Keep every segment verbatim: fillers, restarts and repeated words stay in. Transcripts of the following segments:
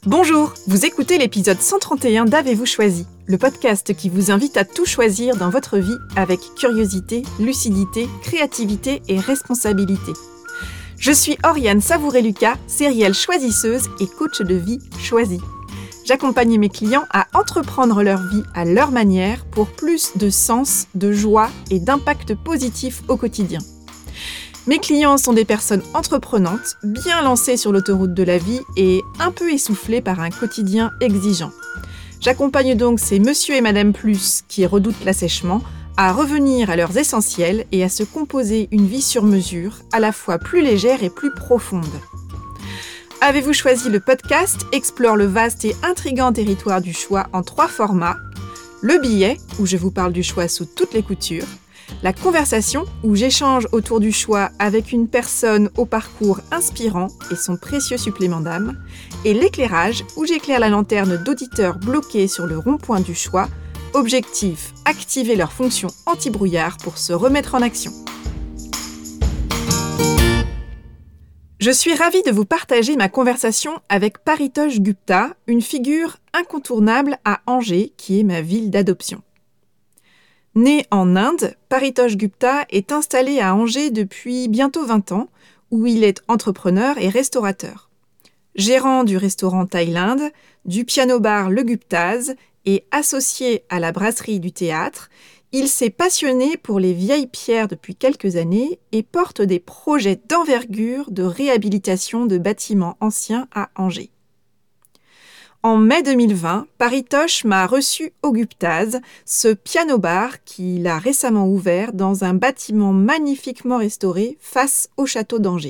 Bonjour, vous écoutez l'épisode cent trente et un d'Avez-vous choisi, le podcast qui vous invite à tout choisir dans votre vie avec curiosité, lucidité, créativité et responsabilité. Je suis Oriane Savouré-Lucas, sérielle choisisseuse et coach de vie choisie. J'accompagne mes clients à entreprendre leur vie à leur manière pour plus de sens, de joie et d'impact positif au quotidien. Mes clients sont des personnes entreprenantes, bien lancées sur l'autoroute de la vie et un peu essoufflées par un quotidien exigeant. J'accompagne donc ces monsieur et madame plus qui redoutent l'assèchement à revenir à leurs essentiels et à se composer une vie sur mesure, à la fois plus légère et plus profonde. Avez-vous choisi le podcast explore le vaste et intrigant territoire du choix en trois formats. Le billet, où je vous parle du choix sous toutes les coutures. La conversation, où j'échange autour du choix avec une personne au parcours inspirant et son précieux supplément d'âme. Et l'éclairage, où j'éclaire la lanterne d'auditeurs bloqués sur le rond-point du choix. Objectif, activer leur fonction anti-brouillard pour se remettre en action. Je suis ravie de vous partager ma conversation avec Paritosh Gupta, une figure incontournable à Angers, qui est ma ville d'adoption. Né en Inde, Paritosh Gupta est installé à Angers depuis bientôt vingt ans, où il est entrepreneur et restaurateur. Gérant du restaurant Thaïlande, du piano-bar Le Guptaz et associé à la brasserie du théâtre, il s'est passionné pour les vieilles pierres depuis quelques années et porte des projets d'envergure de réhabilitation de bâtiments anciens à Angers. En mai deux mille vingt, Paritosh m'a reçu au Guptaz, ce piano-bar qu'il a récemment ouvert dans un bâtiment magnifiquement restauré face au château d'Angers.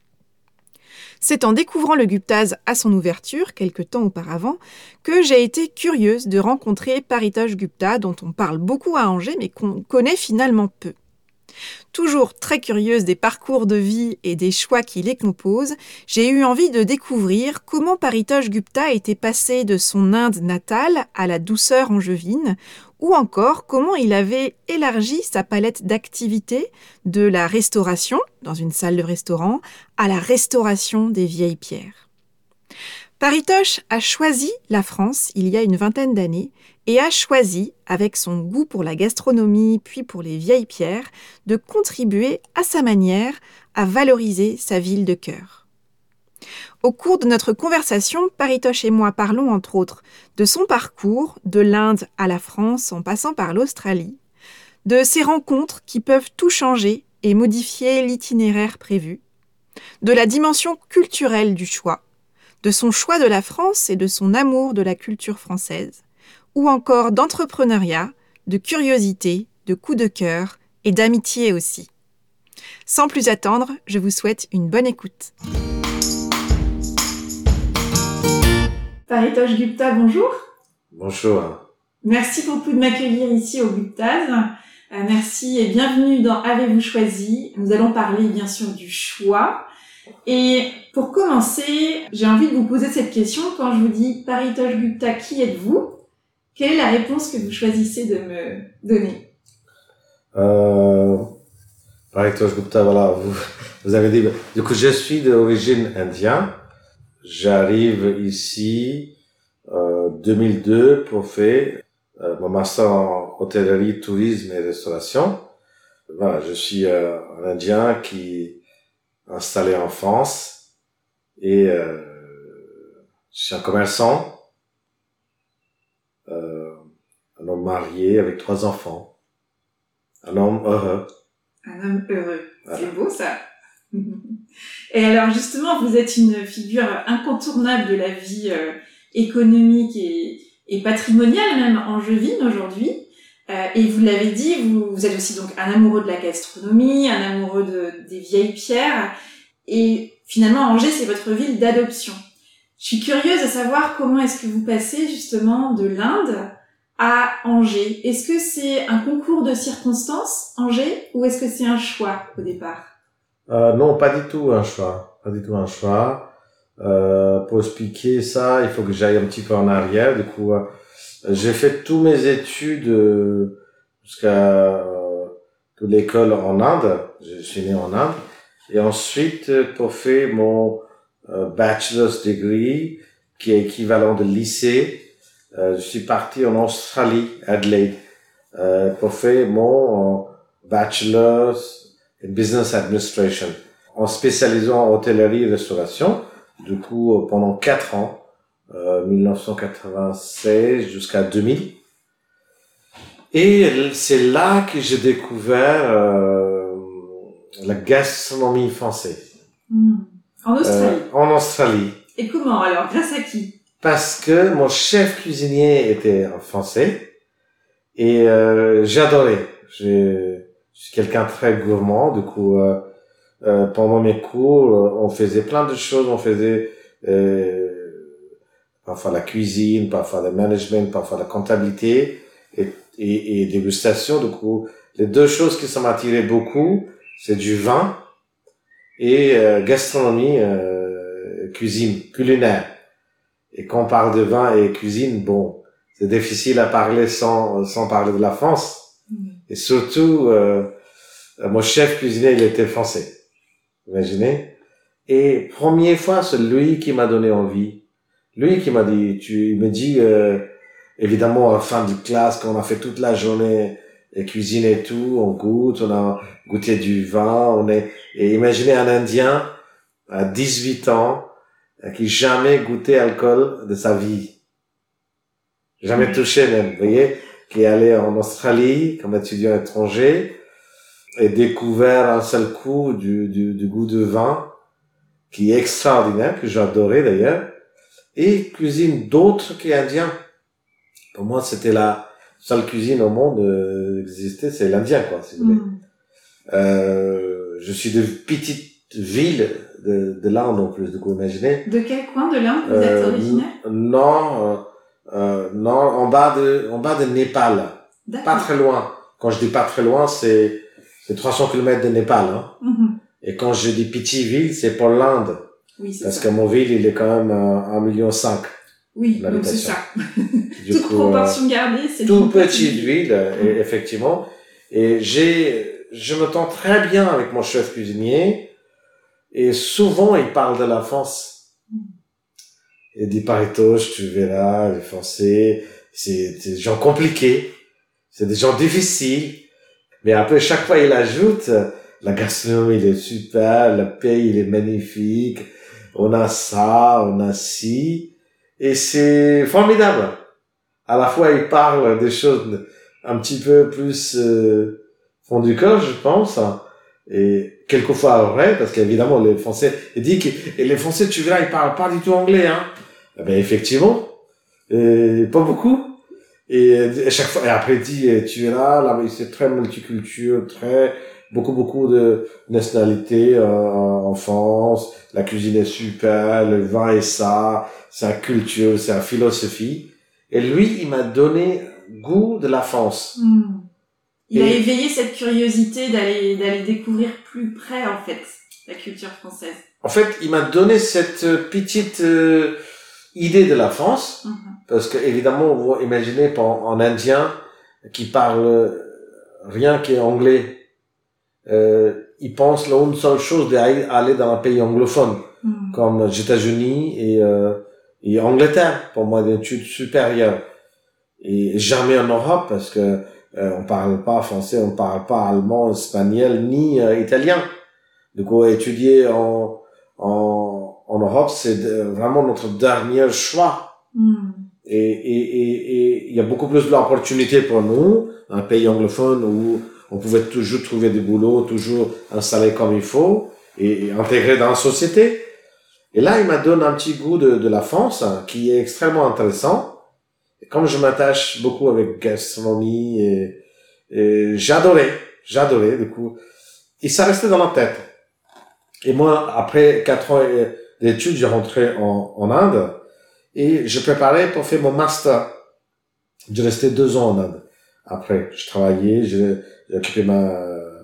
C'est en découvrant le Guptaz à son ouverture, quelque temps auparavant, que j'ai été curieuse de rencontrer Paritosh Gupta, dont on parle beaucoup à Angers, mais qu'on connaît finalement peu. Toujours très curieuse des parcours de vie et des choix qui les composent, j'ai eu envie de découvrir comment Paritosh Gupta était passé de son Inde natale à la douceur angevine, ou encore comment il avait élargi sa palette d'activités de la restauration, dans une salle de restaurant, à la restauration des vieilles pierres. Paritosh a choisi la France il y a une vingtaine d'années et a choisi, avec son goût pour la gastronomie puis pour les vieilles pierres, de contribuer à sa manière à valoriser sa ville de cœur. Au cours de notre conversation, Paritosh et moi parlons entre autres de son parcours, de l'Inde à la France en passant par l'Australie, de ses rencontres qui peuvent tout changer et modifier l'itinéraire prévu, de la dimension culturelle du choix, de son choix de la France et de son amour de la culture française, ou encore d'entrepreneuriat, de curiosité, de coup de cœur et d'amitié aussi. Sans plus attendre, je vous souhaite une bonne écoute. Paritosh Gupta, bonjour. Bonjour. Merci beaucoup de m'accueillir ici au Guptaz. Euh, merci et bienvenue dans Avez-vous choisi. Nous allons parler bien sûr du choix. Et pour commencer, j'ai envie de vous poser cette question. Quand je vous dis Paritosh Gupta, qui êtes-vous ? Quelle est la réponse que vous choisissez de me donner ? Euh, Paritosh Gupta, voilà, vous, vous avez dit. Du coup, je suis d'origine indienne. J'arrive ici euh, deux mille deux pour faire euh, mon master en hôtellerie, tourisme et restauration. Voilà, je suis euh, un Indien qui est installé en France et euh, je suis un commerçant. Euh, un homme marié avec trois enfants. Un homme heureux. Un homme heureux. Voilà. C'est beau ça. Et alors justement, vous êtes une figure incontournable de la vie euh, économique et, et patrimoniale même angevine aujourd'hui. Euh, et vous l'avez dit, vous, vous êtes aussi donc un amoureux de la gastronomie, un amoureux de, des vieilles pierres. Et finalement, Angers, c'est votre ville d'adoption. Je suis curieuse de savoir comment est-ce que vous passez justement de l'Inde à Angers. Est-ce que c'est un concours de circonstances, Angers, ou est-ce que c'est un choix au départ ? Euh, non, pas du tout un choix. Pas du tout un choix. Euh, pour expliquer ça, il faut que j'aille un petit peu en arrière. Du coup, euh, j'ai fait tous mes études euh, jusqu'à euh, toute l'école en Inde. Je suis né en Inde. Et ensuite, pour faire mon euh, bachelor's degree, qui est équivalent de lycée. Euh, je suis parti en Australie, Adelaide, euh, pour faire mon euh, bachelor in business administration, en spécialisant en hôtellerie et restauration. Du coup, pendant quatre ans, euh, dix-neuf cent quatre-vingt-seize jusqu'à deux mille. Et c'est là que j'ai découvert euh, la gastronomie française. Mmh. En Australie. Euh, en Australie. Et comment alors? Grâce à qui? Parce que mon chef cuisinier était un Français et euh, j'adorais. Je, je suis quelqu'un de très gourmand. Du coup, euh, euh, pendant mes cours, on faisait plein de choses. On faisait euh, parfois la cuisine, parfois le management, parfois la comptabilité et, et, et dégustation. Du coup, les deux choses qui ça m'attirait beaucoup, c'est du vin et euh, gastronomie, euh, cuisine, culinaire. Et quand on parle de vin et cuisine, bon, c'est difficile à parler sans sans parler de la France. Mmh. Et surtout, euh, mon chef cuisinier, il était français. Imaginez. Et première fois, c'est lui qui m'a donné envie. Lui qui m'a dit, tu, il me dit, euh, évidemment, à la fin de classe, quand on a fait toute la journée, et cuisine et tout, on goûte, on a goûté du vin, on est, et imaginez un Indien, à dix-huit ans, qui jamais goûté alcool de sa vie. Jamais touché même, vous voyez, qui est allé en Australie comme étudiant étranger et découvert un seul coup du, du, du goût de vin qui est extraordinaire, que j'adorais d'ailleurs, et cuisine d'autres qu'indiens. Pour moi, c'était la seule cuisine au monde euh, existait, c'est l'indien, quoi, si vous voulez. Mm. Euh, je suis de petite ville de, de l'Inde en plus, du coup, imaginez. De quel coin de l'Inde vous êtes originaire? euh, Non, euh, euh, non, en bas de, en bas de Népal. D'accord. Pas très loin. Quand je dis pas très loin, c'est, c'est trois cents kilomètres de Népal, hein. Mm-hmm. Et quand je dis petite ville, c'est pour l'Inde. Oui, c'est Parce ça. que mon ville, il est quand même un million cinq. Oui, donc c'est ça. Du Toute coup, proportion gardée, c'est toute petite ville, mmh. et, effectivement. Et j'ai, je me tends très bien avec mon chef cuisinier. Et souvent, il parle de la France. Mmh. Il dit, Paritosh, tu verras, les Français, c'est, c'est des gens compliqués. C'est des gens difficiles. Mais après, chaque fois, il ajoute, la gastronomie, il est super, le pays, il est magnifique. On a ça, on a ci. Et c'est formidable. À la fois, il parle des choses un petit peu plus euh, fond du cœur, je pense, et quelquefois vrai, parce qu'évidemment, les Français, il dit que et les Français, tu verras, ils parlent pas du tout anglais, hein. Eh ben effectivement, et pas beaucoup. Et, et chaque fois, et après, il dit, tu verras, là, c'est très multiculturel, très beaucoup beaucoup de nationalités euh, en France. La cuisine est super, le vin est ça. C'est une culture, c'est une philosophie. Et lui, il m'a donné goût de la France. Mmh. Il et a éveillé cette curiosité d'aller, d'aller découvrir plus près, en fait, la culture française. En fait, il m'a donné cette petite euh, idée de la France. Mmh. Parce que, évidemment, vous imaginez en, en indien qui parle rien qui est anglais. Euh, il pense là une seule chose d'aller dans un pays anglophone, mmh. comme les États-Unis et... Euh, Et Angleterre, pour moi, des études supérieures. Et jamais en Europe, parce que euh, on parle pas français, on parle pas allemand, espagnol, ni euh, italien. Du coup, étudier en, en, en Europe, c'est de, vraiment notre dernier choix. Mm. Et, et, et, et il y a beaucoup plus d'opportunités pour nous, un pays anglophone où on pouvait toujours trouver du boulot, toujours installé comme il faut, et, et intégrer dans la société. Et là, il m'a donné un petit goût de, de la France, hein, qui est extrêmement intéressant. Et comme je m'attache beaucoup avec gastronomie, et, et j'adorais, j'adorais, du coup. Et ça restait dans la tête. Et moi, après quatre ans d'études, j'ai rentré en, en Inde, et je préparais pour faire mon master. J'ai resté deux ans en Inde. Après, je travaillais, j'ai, j'ai occupé ma,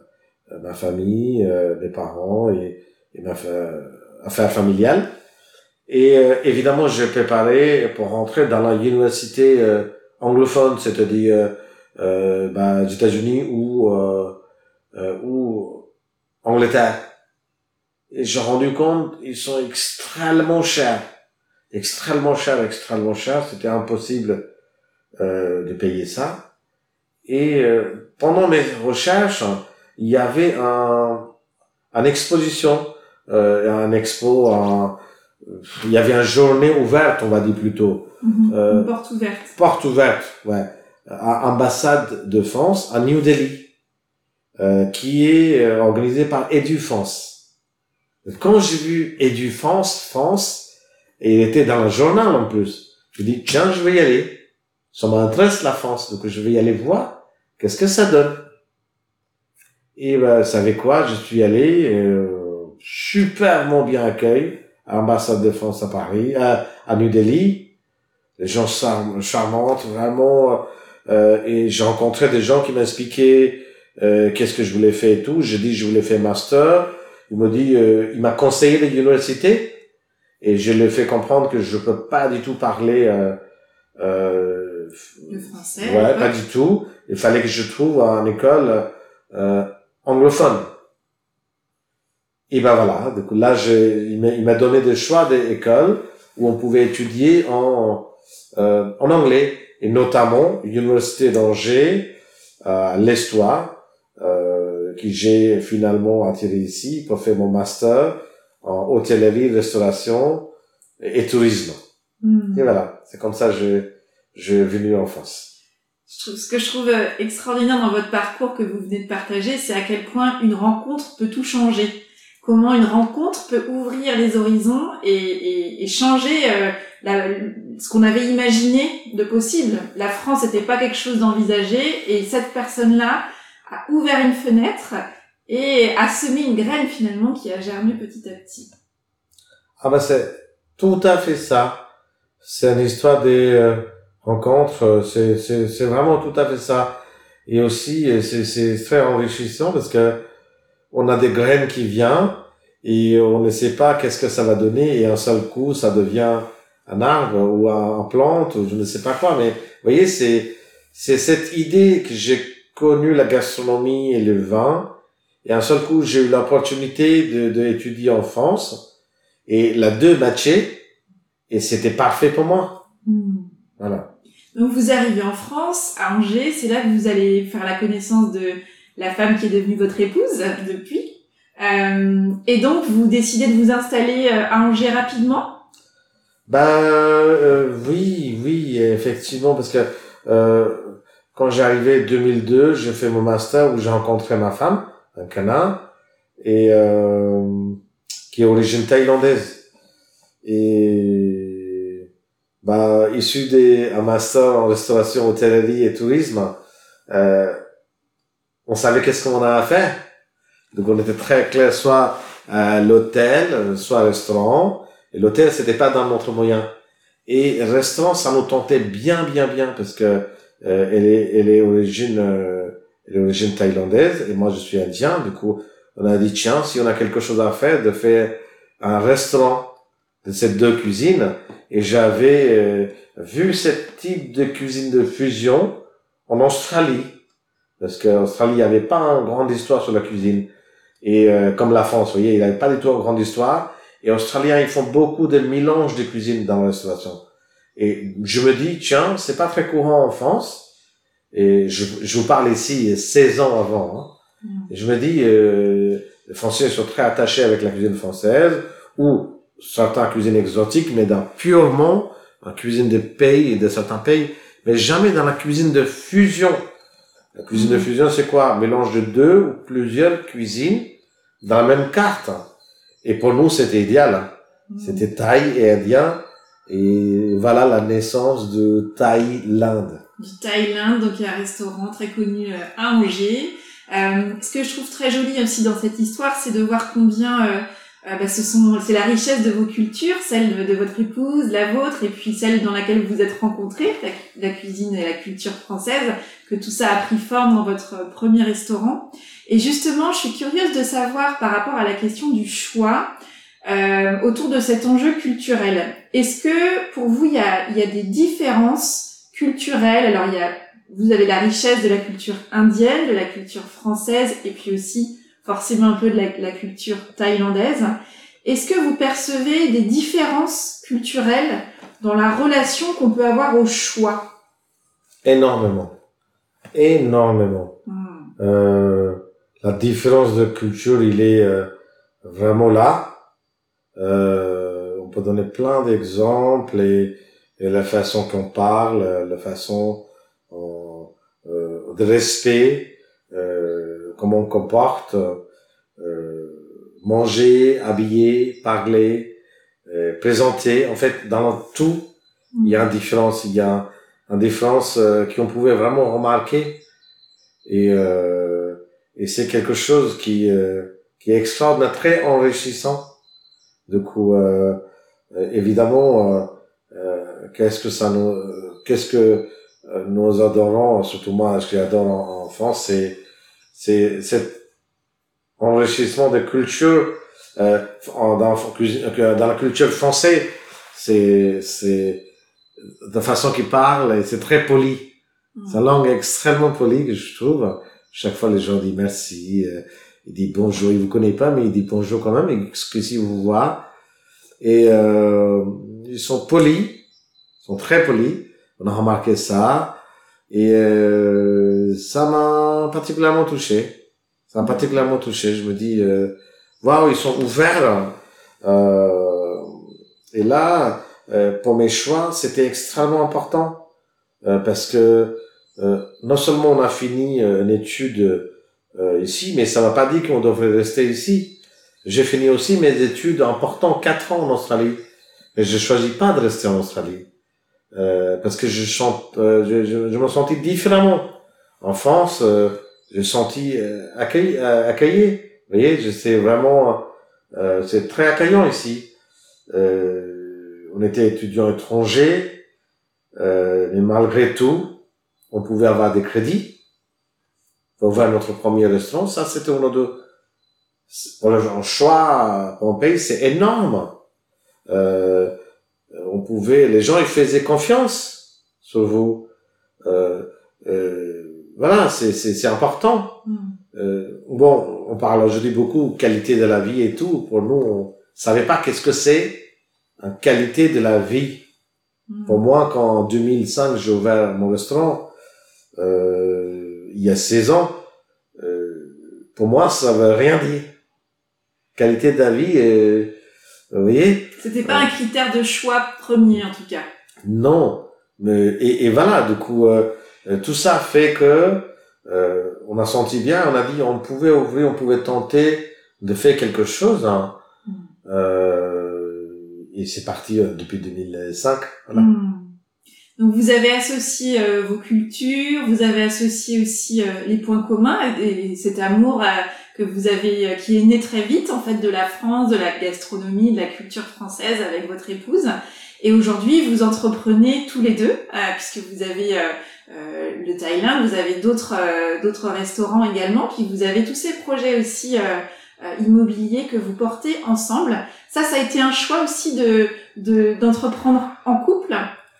ma famille, euh, mes parents, et, et ma famille, affaires familiales. Et euh, évidemment, j'ai préparé pour rentrer dans la université euh, anglophone, c'est-à-dire euh, euh, bah, les États-Unis ou euh, euh, ou Angleterre. Et j'ai rendu compte, ils sont extrêmement chers. extrêmement cher, extrêmement cher. C'était impossible euh, de payer ça. Et euh, pendant mes recherches, il y avait un, une exposition, euh, un expo, un, il y avait une journée ouverte, on va dire plutôt. Mmh, euh, une porte ouverte. Porte ouverte, ouais. À l'ambassade de France, à New Delhi, euh, qui est euh, organisée par EduFrance. Quand j'ai vu EduFrance, France, et il était dans le journal en plus, je me dis, tiens, je vais y aller. Ça m'intéresse la France, donc je vais y aller voir. Qu'est-ce que ça donne? Et ben, vous savez quoi? Je suis allé, euh, superbement bien accueilli à l'ambassade de France à Paris, à, à New Delhi. Les gens charm- charmantes, vraiment. Euh, et j'ai rencontré des gens qui m'expliquaient euh, qu'est-ce que je voulais faire et tout. J'ai dit je voulais faire master. Il m'a dit, euh, il m'a conseillé l'université et je lui ai fait comprendre que je peux pas du tout parler euh, euh, le français. Ouais, pas du tout. Il fallait que je trouve une école euh, anglophone. Et ben voilà. Du coup, là, je, il m'a, il m'a donné des choix d'écoles où on pouvait étudier en euh, en anglais. Et notamment l'université d'Angers, euh, l'Estoile, euh, que j'ai finalement atterri ici pour faire mon master en hôtellerie, restauration et, et tourisme. Mmh. Et voilà, c'est comme ça que je, je suis venu en France. Je trouve, ce que je trouve extraordinaire dans votre parcours que vous venez de partager, c'est à quel point une rencontre peut tout changer. Comment une rencontre peut ouvrir les horizons et, et, et changer euh, la, ce qu'on avait imaginé de possible. La France n'était pas quelque chose d'envisagé et cette personne-là a ouvert une fenêtre et a semé une graine finalement qui a germé petit à petit. Ah ben c'est tout à fait ça. C'est une histoire des euh, rencontres. C'est, c'est, c'est vraiment tout à fait ça. Et aussi c'est, c'est très enrichissant parce que on a des graines qui viennent et on ne sait pas qu'est-ce que ça va donner et un seul coup ça devient un arbre ou un plante ou je ne sais pas quoi. Mais vous voyez, c'est c'est cette idée que j'ai connu la gastronomie et le vin et un seul coup j'ai eu l'opportunité de, de étudier en France et la deux matchait et c'était parfait pour moi. Mmh. Voilà. Donc vous arrivez en France, à Angers, c'est là que vous allez faire la connaissance de la femme qui est devenue votre épouse depuis. Euh, et donc, vous décidez de vous installer à Angers rapidement? Ben euh, oui, oui, effectivement, parce que euh, quand j'ai arrivé en deux mille deux, j'ai fait mon master où j'ai rencontré ma femme, un Canard, et euh, qui est d'origine thaïlandaise. Et ben issu d'un master en restauration, hôtellerie et tourisme, euh, on savait qu'est-ce qu'on a à faire. Donc on était très clair, soit à l'hôtel, soit au restaurant. Et l'hôtel, c'était pas dans notre moyen. Et restaurant, ça nous tentait bien, bien, bien, parce que euh, elle est, elle est origine, euh, elle est origine thaïlandaise, et moi je suis indien. Du coup, on a dit tiens, si on a quelque chose à faire, de faire un restaurant de ces deux cuisines. Et j'avais euh, vu ce type de cuisine de fusion en Australie. Parce qu'en Australie, il n'y avait pas une grande histoire sur la cuisine. Et euh, comme la France, vous voyez, il n'y avait pas du tout une grande histoire. Et Australiens, ils font beaucoup de mélanges de cuisine dans la restauration. Et je me dis, tiens, c'est pas très courant en France. Et je, je vous parle ici seize ans avant. Hein. Mm. Et je me dis, euh, les Français sont très attachés avec la cuisine française, ou certaines cuisines exotiques, mais dans purement la cuisine de pays et de certains pays, mais jamais dans la cuisine de fusion. La cuisine mmh. de fusion, c'est quoi? Un mélange de deux ou plusieurs cuisines dans la même carte. Et pour nous, c'était idéal. Mmh. C'était Thaï et Indien. Et voilà la naissance de Thaïlande. Du Thaïlande, donc il y a un restaurant très connu à Angers. Euh, ce que je trouve très joli aussi dans cette histoire, c'est de voir combien euh, euh, bah, ce sont, c'est la richesse de vos cultures, celle de, de votre épouse, la vôtre, et puis celle dans laquelle vous vous êtes rencontrés, la, la cuisine et la culture française, que tout ça a pris forme dans votre premier restaurant. Et justement, je suis curieuse de savoir par rapport à la question du choix euh, autour de cet enjeu culturel. Est-ce que pour vous, il y a, il y a des différences culturelles? Alors, il y a, vous avez la richesse de la culture indienne, de la culture française, et puis aussi forcément un peu de la, la culture thaïlandaise. Est-ce que vous percevez des différences culturelle dans la relation qu'on peut avoir au choix? Énormément. Énormément. Mmh. Euh, la différence de culture, il est euh, vraiment là. Euh, on peut donner plein d'exemples et, et la façon qu'on parle, la façon on, euh, de respect, euh, comment on comporte, euh, manger, habiller, parler, euh, présenter. En fait, dans tout, mmh. il y a une différence. Il y a une différence euh, qu'on pouvait vraiment remarquer. Et, euh, et c'est quelque chose qui, euh, qui est extraordinaire, très enrichissant. Du coup, euh, évidemment, euh, euh, qu'est-ce que ça nous, qu'est-ce que euh, nous adorons, surtout moi, ce que j'adore en, en France, c'est, c'est cet enrichissement de culture euh, en, dans, dans la culture française. C'est, c'est de façon qu'il parle et c'est très poli. C'est une langue extrêmement polie que je trouve. Chaque fois, les gens disent merci, euh, ils disent bonjour. Ils vous connaissent pas, mais ils disent bonjour quand même. Et que si vous voient, et euh, ils sont polis, ils sont très polis. On a remarqué ça, et euh, ça m'a particulièrement touché. Ça m'a particulièrement touché. Je me dis, euh, waouh, ils sont ouverts. Euh, et là, euh, pour mes choix, c'était extrêmement important euh, parce que Euh, non seulement on a fini euh, une étude euh, ici, mais ça ne m'a pas dit qu'on devrait rester ici. J'ai fini aussi mes études en portant quatre ans en Australie. Mais je choisis pas de rester en Australie. Euh, parce que je chante, euh, je, je, je me sentis différemment. En France, euh, j'ai senti euh, accueilli, euh, accueilli. Vous voyez, je sais vraiment, euh, c'est très accueillant ici. Euh, on était étudiants étrangers, euh, mais malgré tout, on pouvait avoir des crédits pour ouvrir notre premier restaurant. Ça, c'était un de, pour le choix, pour un pays, c'est énorme. Euh, on pouvait, les gens, ils faisaient confiance sur vous. Euh, euh, voilà, c'est, c'est, c'est important. Mm. Euh, bon, on parle aujourd'hui beaucoup qualité de la vie et tout. Pour nous, on savait pas qu'est-ce que c'est une qualité de la vie. Mm. Pour moi, quand en deux mille cinq, j'ai ouvert mon restaurant, Euh, il y a seize ans, euh, pour moi, ça veut rien dire. Qualité de la vie, euh, vous voyez. C'était pas euh, un critère de choix premier, en tout cas. Non, mais et, et voilà, du coup, euh, tout ça fait que euh, on a senti bien, on a dit, on pouvait ouvrir, on pouvait tenter de faire quelque chose. Hein. Mm. Euh, et c'est parti euh, depuis deux mille cinq. Voilà. Mm. Donc vous avez associé euh, vos cultures, vous avez associé aussi euh, les points communs et, et cet amour euh, que vous avez, euh, qui est né très vite en fait de la France, de la gastronomie, de la culture française avec votre épouse. Et aujourd'hui vous entreprenez tous les deux euh, puisque vous avez euh, euh, le Thaïlande, vous avez d'autres euh, d'autres restaurants également, puis vous avez tous ces projets aussi euh, euh, immobiliers que vous portez ensemble. Ça, ça a été un choix aussi de de d'entreprendre en couple.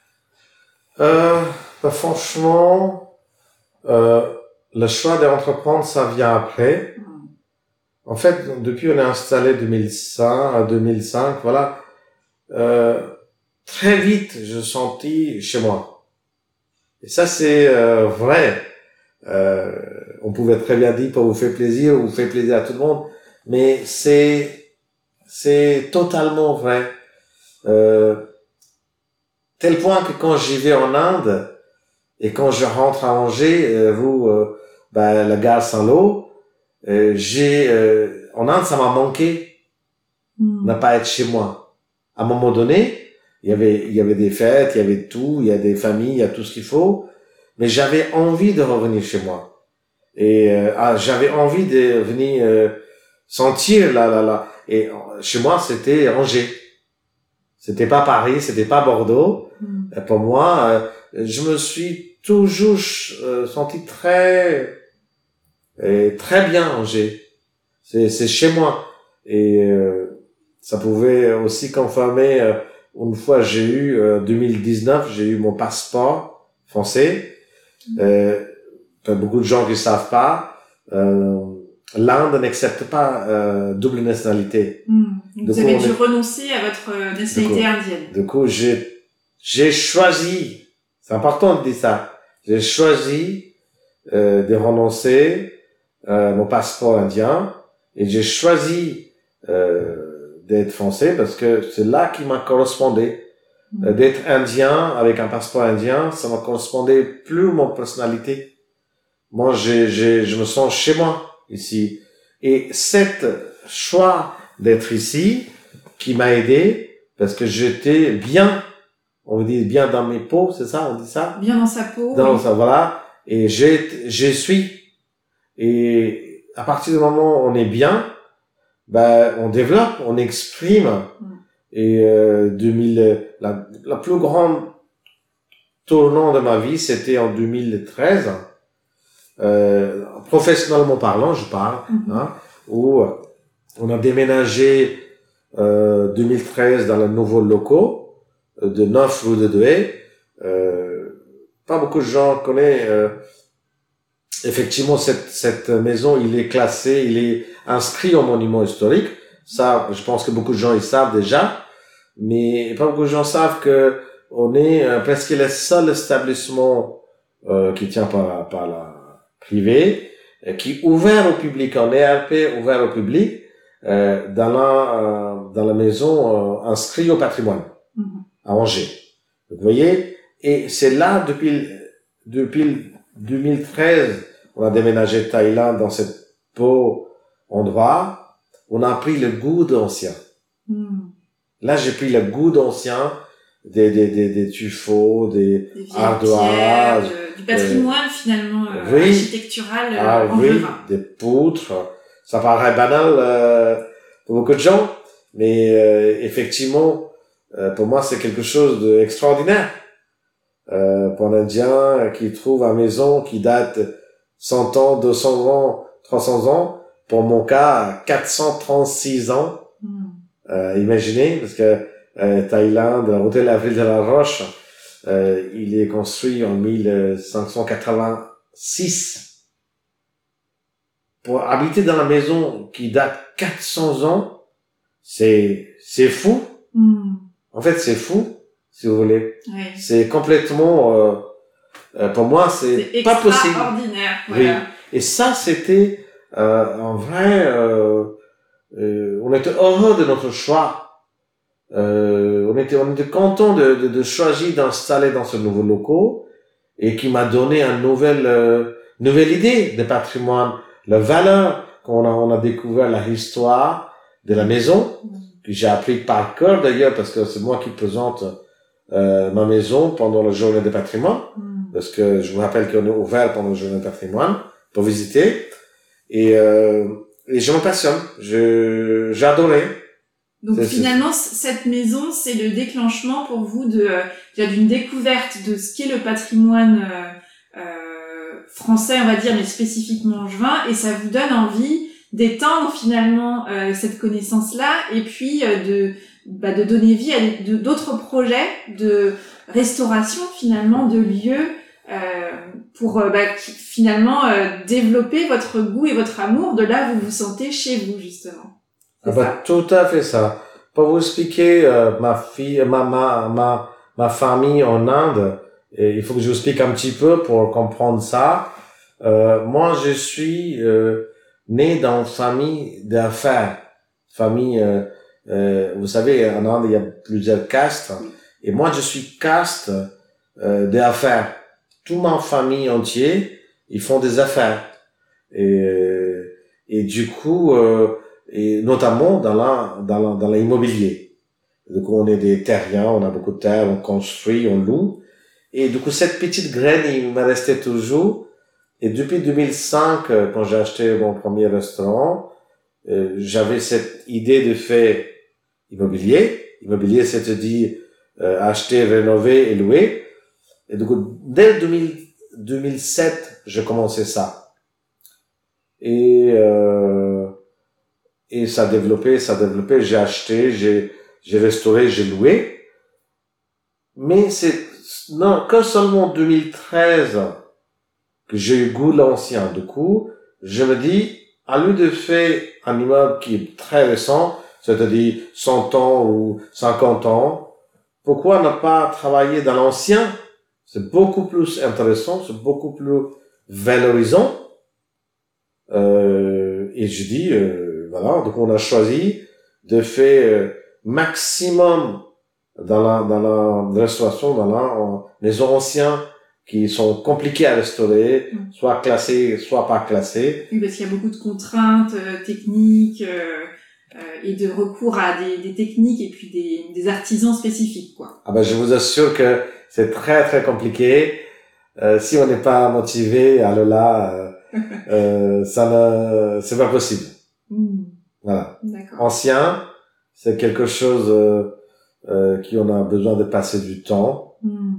Euh, bah franchement, euh, le choix d'entreprendre, ça vient après. En fait, depuis on est installé deux mille cinq à deux mille cinq, voilà, euh, très vite, je sentis chez moi. Et ça, c'est euh, vrai. Euh, on pouvait très bien dire pour vous faire plaisir, ou vous faire plaisir à tout le monde, mais c'est c'est totalement vrai. Euh, Tel point que quand j'y vais en Inde et quand je rentre à Angers, euh, vous, euh, bah, la gare Saint-Lô, euh, j'ai, euh, en Inde, ça m'a manqué, mm. ne pas être chez moi. À un moment donné, il y avait, il y avait des fêtes, il y avait tout, il y a des familles, il y a tout ce qu'il faut, mais j'avais envie de revenir chez moi. Et euh, ah, j'avais envie de venir euh, sentir là, là, là. Et euh, chez moi, c'était Angers. C'était pas Paris, c'était pas Bordeaux. Mm. Pour moi, euh, je me suis toujours euh, senti très, euh, très bien Angers. C'est, c'est chez moi. Et euh, ça pouvait aussi confirmer. Euh, une fois, j'ai eu euh, deux mille dix-neuf, j'ai eu mon passeport français. Mm. Euh, beaucoup de gens qui savent pas. Euh, l'Inde n'accepte pas euh, double nationalité. Mmh. Vous Du avez coup, dû on est- renoncer à votre nationalité Du coup- indienne. Du coup, j'ai, j'ai choisi, c'est important de dire ça, j'ai choisi euh, de renoncer euh, mon passeport indien et j'ai choisi euh, d'être français parce que c'est là qui m'a correspondé. Mmh. Euh, d'être indien avec un passeport indien, ça m'a correspondé plus à mon personnalité. Moi, j'ai, j'ai, je me sens chez moi ici. Et cet choix d'être ici qui m'a aidé parce que j'étais bien, on dit bien dans mes peaux, c'est ça, on dit ça? Bien dans sa peau. Dans oui. ça, voilà. Et j'ai, je suis. Et à partir du moment où on est bien, ben, on développe, on exprime. Mm. Et euh, deux mille, la, la plus grande tournant de ma vie, c'était en deux mille treize. Euh, professionnellement parlant, je parle, Mhm. hein, où on a déménagé euh, deux mille treize dans les nouveaux locaux euh, de neuf rue de Douai. Euh, pas beaucoup de gens connaissent. Euh, effectivement, cette, cette maison, il est classé, il est inscrit au monument historique. Ça, je pense que beaucoup de gens ils savent déjà, mais pas beaucoup de gens savent que on est euh, presque le seul établissement euh, qui tient par la, par la privée, euh, qui est ouvert au public, en E R P ouvert au public, euh, dans la euh, dans la maison euh, inscrite au patrimoine Mhm. à Angers. Vous voyez, et c'est là depuis depuis deux mille treize, on a déménagé de Thaïlande dans ce beau endroit. On a pris le goût d'ancien. Mm. Là, j'ai pris le goût d'ancien, des, des, des, des tuffeaux, des Des vieilles ardoises, pierres, de- du patrimoine finalement euh, oui. architectural euh, ah oui, angevin. des poutres. Ça paraît banal euh, pour beaucoup de gens, mais euh, effectivement, euh, pour moi, c'est quelque chose d'extraordinaire. Euh, pour un Indien qui trouve une maison qui date cent ans, deux cents ans, trois cents ans, pour mon cas, quatre cent trente-six ans. Mm. Euh, imaginez, parce que euh, Thaïlande, l'hôtel La Ville de la Roche, euh, il est construit en mille cinq cent quatre-vingt-six. Pour habiter dans la maison qui date quatre cents ans, c'est c'est fou. Mm. En fait, c'est fou, si vous voulez. Oui. C'est complètement, euh, euh, pour moi, c'est C'est pas possible. extraordinaire. Oui. Voilà. Et ça, c'était euh, en vrai, euh, euh, on était heureux de notre choix. Euh, on était, on était content de, de, de choisir d'installer dans ce nouveau locaux et qui m'a donné une nouvelle, euh, nouvelle idée de patrimoine, la valeur qu'on a, on a découvert la histoire de la maison que j'ai appris par cœur d'ailleurs parce que c'est moi qui présente euh, ma maison pendant la journée de patrimoine. Mm. Parce que je vous rappelle qu'on est ouvert pendant la journée de patrimoine pour visiter. Et, euh, et je me passionne. Je, j'adorais. Donc C'est- finalement, c- cette maison, c'est le déclenchement pour vous de euh, déjà d'une découverte de ce qu'est le patrimoine euh, euh, français, on va dire, mais spécifiquement angevin, et ça vous donne envie d'étendre finalement euh, cette connaissance-là, et puis euh, de bah, de donner vie à des- de- d'autres projets de restauration finalement de lieux euh, pour euh, bah, qui- finalement euh, développer votre goût et votre amour de là où vous vous sentez chez vous justement. Ah C'est bah, tout à fait ça. Pour vous expliquer, euh, ma fille, ma, ma, ma, ma famille en Inde, et il faut que je vous explique un petit peu pour comprendre ça. Euh, moi, je suis euh, né dans une famille d'affaires. Famille, euh, euh, vous savez, en Inde, il y a plusieurs castes. Et moi, je suis caste euh, d'affaires. Toute ma famille entière, ils font des affaires. Et, euh, et du coup... Euh, et notamment dans la, dans la, dans l'immobilier. Donc, on est des terriens, on a beaucoup de terres, on construit, on loue. Et du coup, cette petite graine, il me restait toujours. Et depuis deux mille cinq, euh, quand j'ai acheté mon premier restaurant, euh, j'avais cette idée de faire immobilier. Immobilier, c'est-à-dire euh, acheter, rénover et louer. Et du coup, dès deux mille, deux mille sept, j'ai commencé ça. Et euh, Et ça a développé, ça a développé, j'ai acheté, j'ai, j'ai restauré, j'ai loué. Mais c'est, non, que seulement en deux mille treize que j'ai eu goût l'ancien. Du coup, je me dis, à lieu de faire un immeuble qui est très récent, c'est-à-dire cent ans ou cinquante ans, pourquoi ne pas travailler dans l'ancien? C'est beaucoup plus intéressant, c'est beaucoup plus valorisant. Euh, et je dis, euh, voilà, donc on a choisi de faire euh, maximum dans la, dans la restauration, dans la maison ancienne, qui sont compliqués à restaurer, mmh. soit classés, soit pas classés. Oui, parce qu'il y a beaucoup de contraintes euh, techniques euh, euh, et de recours à des, des techniques et puis des, des artisans spécifiques, quoi. Ah ben, je vous assure que c'est très très compliqué. Euh, si on n'est pas motivé, alors là, euh, euh, ça ne, c'est pas possible. Mmh. Voilà. D'accord. Ancien, c'est quelque chose euh, euh, qui on a besoin de passer du temps. Mmh.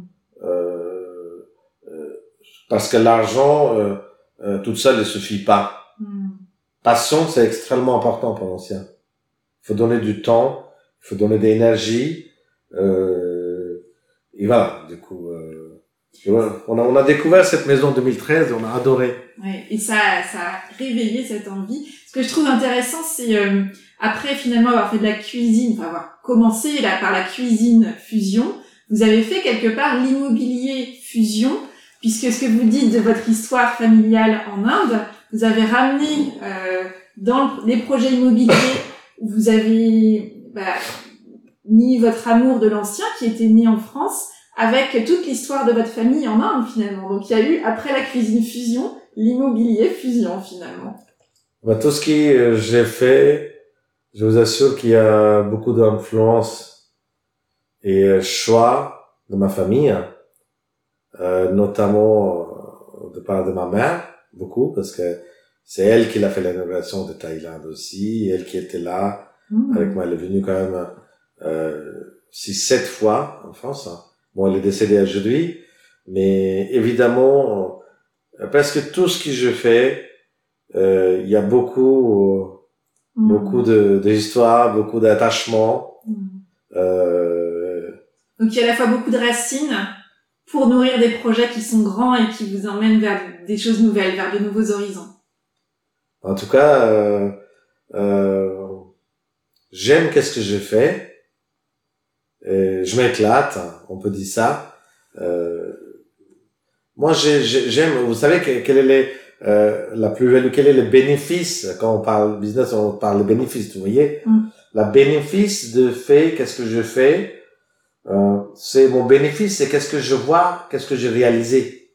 Parce que l'argent, euh, euh, toute seule, ne suffit pas. Mm. Passion, c'est extrêmement important pour l'ancien. Il faut donner du temps, il faut donner de l'énergie. Euh, et voilà, du coup, euh, on, a, on a découvert cette maison en deux mille treize et on a adoré. Ouais, et ça, ça a réveillé cette envie. Ce que je trouve intéressant, c'est euh, après finalement avoir fait de la cuisine, enfin avoir commencé là, par la cuisine fusion, vous avez fait quelque part l'immobilier fusion. Puisque ce que vous dites de votre histoire familiale en Inde, vous avez ramené euh, dans les projets immobiliers où vous avez bah, mis votre amour de l'ancien qui était né en France avec toute l'histoire de votre famille en Inde finalement. Donc il y a eu, après la cuisine fusion, l'immobilier fusion finalement. Bah, tout ce que j'ai fait, je vous assure qu'il y a beaucoup d'influence et choix de ma famille. Euh, notamment euh, de part de ma mère, beaucoup, parce que c'est elle qui a fait la rénovation de Thaïlande aussi, elle qui était là, mmh. avec moi, elle est venue quand même euh, six, sept fois en France. Hein. Bon, elle est décédée aujourd'hui, mais évidemment, euh, presque tout ce que je fais, euh, il y a beaucoup, euh, mmh. beaucoup de, d'histoires, beaucoup d'attachements. Mmh. Euh, Donc il y a à la fois beaucoup de racines, pour nourrir des projets qui sont grands et qui vous emmènent vers des choses nouvelles, vers de nouveaux horizons. En tout cas, euh, euh, j'aime qu'est-ce que je fais. Et je m'éclate, on peut dire ça. Euh, moi, j'ai, j'aime. Vous savez quel est les, euh, la plus-value, quel est le bénéfice quand on parle business, on parle de bénéfice. Vous voyez, mm. la bénéfice de fait, qu'est-ce que je fais. Euh, c'est mon bénéfice, c'est qu'est-ce que je vois, qu'est-ce que j'ai réalisé.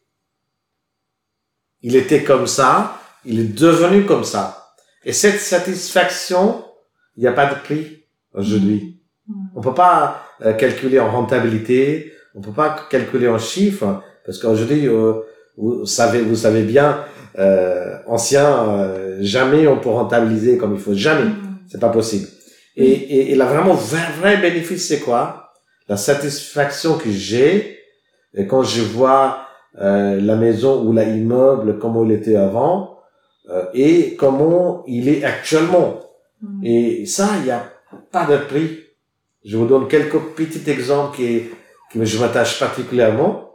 Il était comme ça, il est devenu comme ça. Et cette satisfaction, il n'y a pas de prix aujourd'hui. Mmh. On peut pas euh, calculer en rentabilité, on peut pas calculer en chiffres, parce qu'aujourd'hui, euh, vous savez, vous savez bien, euh, ancien, euh, jamais on peut rentabiliser comme il faut, jamais, mmh. c'est pas possible. Et, et, et là vraiment vrai, vrai bénéfice, c'est quoi? La satisfaction que j'ai et quand je vois euh, la maison ou l'immeuble comment il était avant euh, et comment il est actuellement. Mmh. Et ça, il n'y a pas de prix. Je vous donne quelques petits exemples qui, qui je m'attache particulièrement.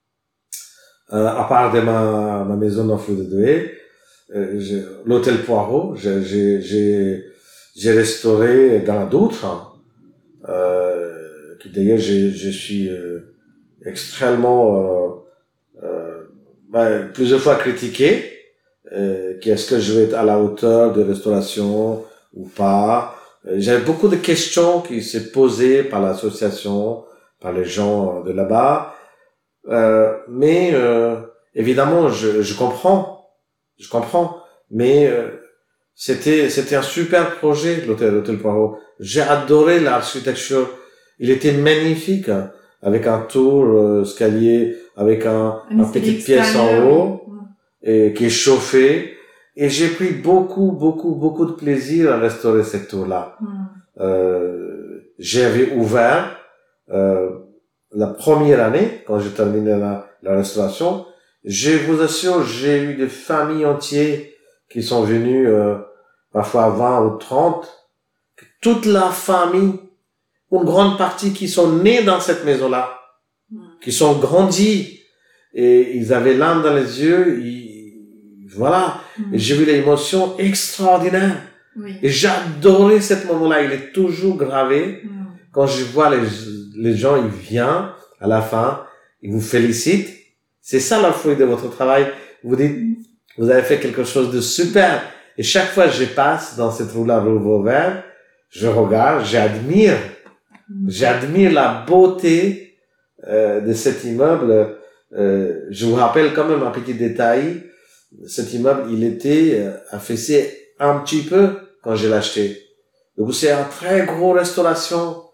Euh, à part de ma, ma maison dans Fleur de Douai, euh, l'hôtel Poirot, j'ai, j'ai, j'ai, j'ai restauré dans d'autres. Hein. Euh, D'ailleurs, je, je suis euh, extrêmement euh, euh, ben, plusieurs fois critiqué. Euh, Qu'est-ce que je vais être à la hauteur de restauration ou pas? euh, J'avais beaucoup de questions qui s'est posées par l'association, par les gens de là-bas. Euh, mais euh, évidemment, je, je comprends, je comprends. Mais euh, c'était c'était un super projet, l'hôtel l'hôtel Poirot. J'ai adoré l'architecture. Il était magnifique, hein, avec un tour, euh, escalier, avec un, une un petite pièce en haut, et qui est chauffée. Et j'ai pris beaucoup, beaucoup, beaucoup de plaisir à restaurer cette tour-là. Mm. Euh, j'avais ouvert, euh, la première année, quand j'ai terminé la, la restauration. Je vous assure, j'ai eu des familles entières qui sont venues, euh, parfois vingt ou trente. Toute la famille, une grande partie qui sont nés dans cette maison-là, mmh. qui sont grandis, et ils avaient l'âme dans les yeux, ils, voilà. Mm. Et j'ai vu l'émotion extraordinaire. Oui. Et j'adorais ce moment-là. Il est toujours gravé. Mm. Quand je vois les, les gens, ils viennent à la fin, ils vous félicitent. C'est ça le fruit de votre travail. Vous dites, Mm. vous avez fait quelque chose de super. Et chaque fois que je passe dans cette rue-là, rue Vauvert, je regarde, j'admire. Mm. J'admire la beauté euh, de cet immeuble. Euh, je vous rappelle quand même un petit détail. Cet immeuble, il était euh, affaissé un petit peu quand je l'ai acheté. Donc c'est une très grosse restauration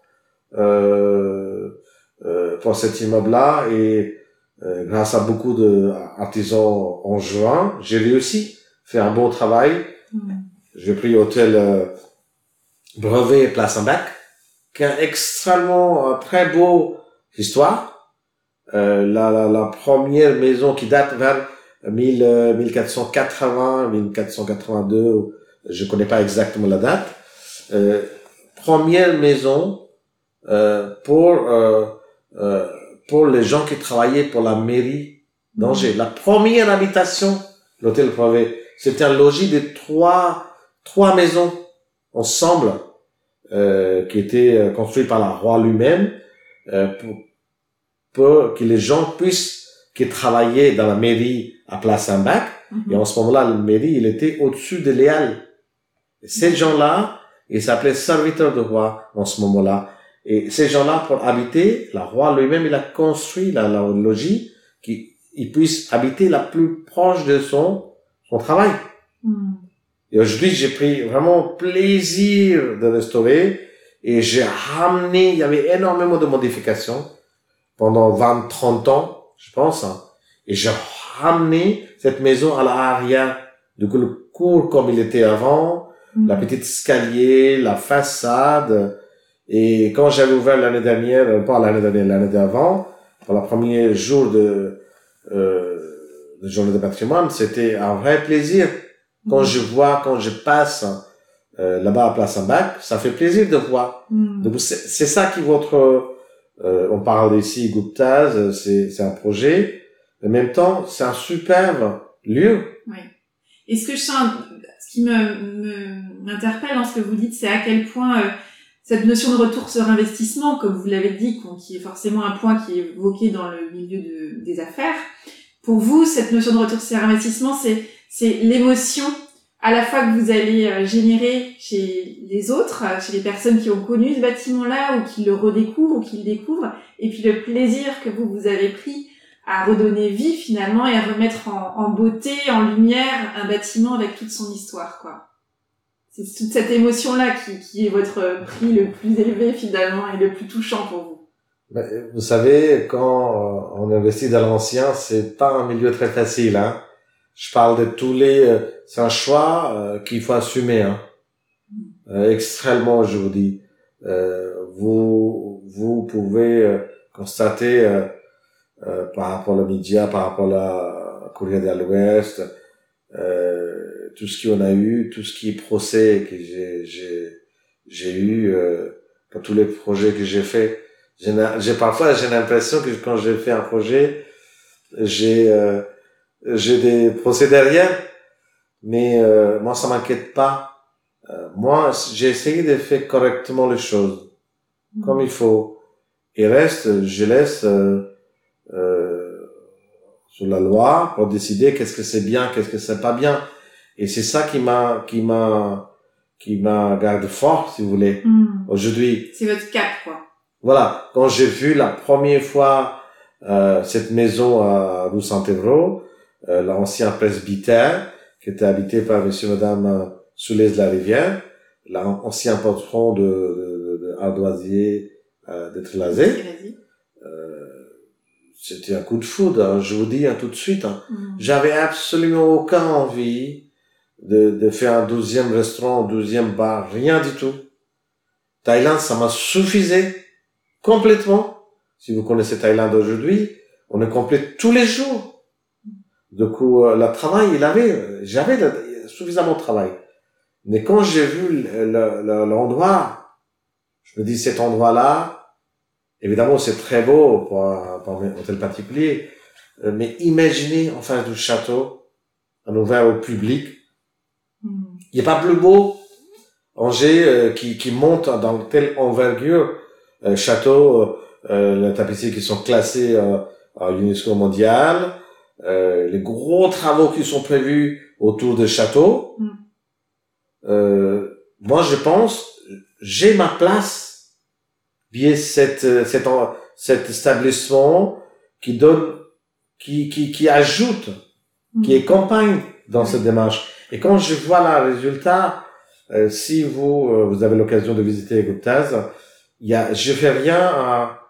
euh, euh, pour cet immeuble-là. Et euh, grâce à beaucoup d'artisans en juin, j'ai réussi à faire un bon travail. Mm. J'ai pris hôtel euh, Brevet Place en Bac, qui a extrêmement euh, très beau histoire. Euh, la, la, la première maison qui date vers mille, euh, mille quatre cent quatre-vingts, mille quatre cent quatre-vingt-deux, je connais pas exactement la date. Euh, première maison euh, pour euh, euh, pour les gens qui travaillaient pour la mairie d'Angers. La première habitation, l'hôtel Brevet, c'était un logis de trois trois maisons ensemble euh, qui étaient construites par la roi lui-même euh, pour pour que les gens puissent qui travaillaient dans la mairie à Place Saint-Bac. Mm-hmm. Et en ce moment-là, la mairie, il était au-dessus de Léal. Et ces gens-là, ils s'appelaient serviteurs de roi en ce moment-là. Et ces gens-là, pour habiter, la roi lui-même, il a construit la, la logis qu'ils puissent habiter la plus proche de son, son travail. Mm. Et aujourd'hui, j'ai pris vraiment plaisir de restaurer et j'ai ramené, il y avait énormément de modifications pendant vingt, trente ans, je pense, hein. Et j'ai ramené cette maison à l'arrière. Du coup, le cours comme il était avant, Mm. la petite escalier, la façade. Et quand j'avais ouvert l'année dernière, pas l'année dernière, l'année d'avant, pour le premier jour de, euh, de journée de patrimoine, c'était un vrai plaisir. Quand Mm. je vois, quand je passe, euh, là-bas à Place Saint-Bac, ça fait plaisir de voir. Mm. Donc, c'est, c'est ça qui est votre, euh, on parle ici Guptaz, c'est, c'est un projet. En même temps, c'est un superbe lieu. Oui. Et ce que je sens, ce qui me, me, m'interpelle dans ce que vous dites, c'est à quel point euh, cette notion de retour sur investissement, comme vous l'avez dit, qui est forcément un point qui est évoqué dans le milieu de, des affaires. Pour vous, cette notion de retour sur investissement, c'est, c'est l'émotion à la fois que vous allez euh, générer chez les autres, chez les personnes qui ont connu ce bâtiment-là ou qui le redécouvrent ou qui le découvrent, et puis le plaisir que vous, vous avez pris à redonner vie finalement et à remettre en, en beauté, en lumière un bâtiment avec toute son histoire, quoi. C'est toute cette émotion-là qui, qui est votre prix le plus élevé finalement et le plus touchant pour vous. Vous savez, quand on investit dans l'ancien, c'est pas un milieu très facile, hein. Je parle de tous les, c'est un choix euh, qu'il faut assumer, hein. Euh, extrêmement, je vous dis. Euh, vous, vous pouvez euh, constater euh, euh, par rapport aux médias, par rapport à la Courrier de l'Ouest, euh, tout ce qu'on a eu, tout ce qui est procès que j'ai, j'ai, j'ai eu euh, pour tous les projets que j'ai fait. J'ai, j'ai parfois j'ai l'impression que quand j'ai fait un projet, j'ai euh, j'ai des procès derrière, mais euh, moi ça m'inquiète pas. Euh, moi j'ai essayé de faire correctement les choses mmh. comme il faut. Et reste, je laisse euh, euh, sur la loi pour décider qu'est-ce que c'est bien, qu'est-ce que c'est pas bien. Et c'est ça qui m'a qui m'a qui m'a garde fort, si vous voulez. Mmh. Aujourd'hui. C'est votre cap, quoi. Voilà, quand j'ai vu la première fois euh, cette maison à rue Saint-Évroult, euh, l'ancien presbytère qui était habité par monsieur et madame Soulez de la Rivière, l'ancien patron de, de, de, de Ardoisier euh, de Trélazé, euh, c'était un coup de foudre, hein, je vous dis hein, tout de suite. Hein. Mm. J'avais absolument aucune envie de, de faire un douzième restaurant, un douzième bar, rien du tout. Thaïlande, ça m'a suffisé. Complètement. Si vous connaissez Thaïlande aujourd'hui, on est complet tous les jours. Du coup, euh, le travail, il avait, j'avais le, suffisamment de travail. Mais quand j'ai vu le, le, l'endroit, je me dis, cet endroit-là, évidemment, c'est très beau pour un, pour un hôtel particulier, mais imaginez, en face du château, un ouvert au public. Mm. Il n'y a pas plus beau Angers euh, qui, qui monte dans telle envergure, euh, châteaux, euh, les tapisseries qui sont classées euh, à l'UNESCO mondial, euh, les gros travaux qui sont prévus autour des châteaux. Mm. Euh, moi, je pense, j'ai ma place via cette, cet, cet établissement qui donne, qui, qui, qui ajoute, mm. qui accompagne dans cette démarche. Et quand je vois là le résultat, euh, si vous, euh, vous avez l'occasion de visiter Gupta's, il y a, je fais rien à,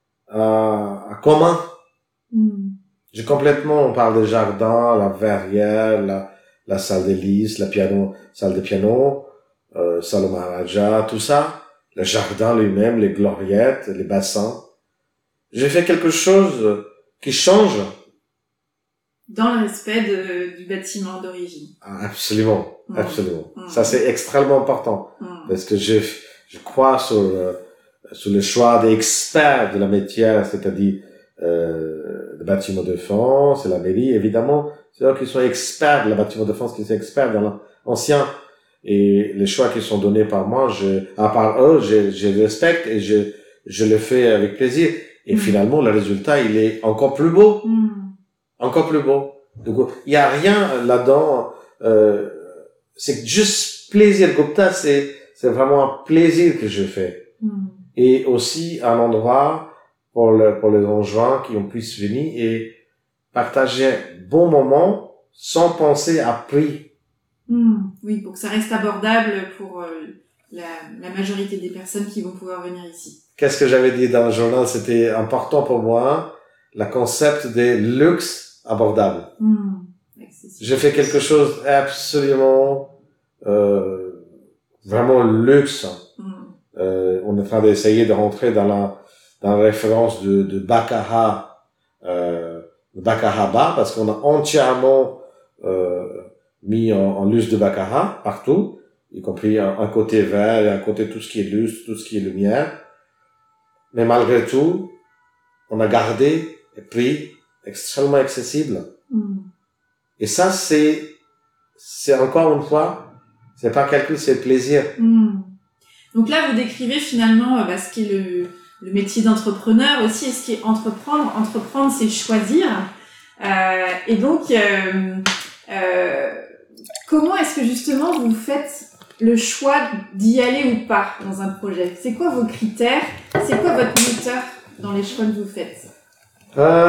à, à commun. Mm. J'ai complètement, on parle des jardins, la verrière, la, la salle d'hélice, la piano, salle de piano, euh, salle au Maharaja, tout ça, le jardin lui-même, les gloriettes, les bassins. J'ai fait quelque chose qui change. Dans le respect de, du bâtiment d'origine. Absolument, mmh. absolument. Mmh. Ça, c'est extrêmement important. Mmh. Parce que je, je crois sur, euh, sur le choix des experts de la métier, c'est-à-dire, euh, le bâtiment de France et la mairie, évidemment. C'est eux qui sont experts de la bâtiment de France, qui sont experts dans l'ancien. Et les choix qui sont donnés par moi, je, à part eux, je, je respecte et je, je le fais avec plaisir. Et mmh. finalement, le résultat, il est encore plus beau. Mmh. Encore plus beau. Donc, il y a rien là-dedans. Euh, c'est juste plaisir. Gupta, c'est c'est vraiment un plaisir que je fais. Mm. Et aussi un endroit pour le pour les gens qui ont puissent venir et partager un bon moment sans penser à prix. Mm. Oui, pour que ça reste abordable pour euh, la, la majorité des personnes qui vont pouvoir venir ici. Qu'est-ce que j'avais dit dans le journal? C'était important pour moi. Le concept des luxe abordable. Mmh, j'ai fait quelque chose absolument euh, vraiment luxe. Mmh. Euh, on est en train d'essayer de rentrer dans la dans la référence de de Baccarat, euh, Baccarat bas, parce qu'on a entièrement euh, mis en, en luxe de Baccarat partout, y compris un, un côté vert et un côté tout ce qui est luxe, tout ce qui est lumière. Mais malgré tout, on a gardé et pris extrêmement accessible. Mm. Et ça, c'est, c'est encore une fois, c'est pas calcul, c'est plaisir. Mm. Donc là, vous décrivez finalement bah, ce qui est le, le métier d'entrepreneur aussi, et ce qui est entreprendre. Entreprendre, c'est choisir. Euh, et donc, euh, euh, comment est-ce que justement vous faites le choix d'y aller ou pas dans un projet? C'est quoi vos critères? C'est quoi votre moteur dans les choix que vous faites? euh...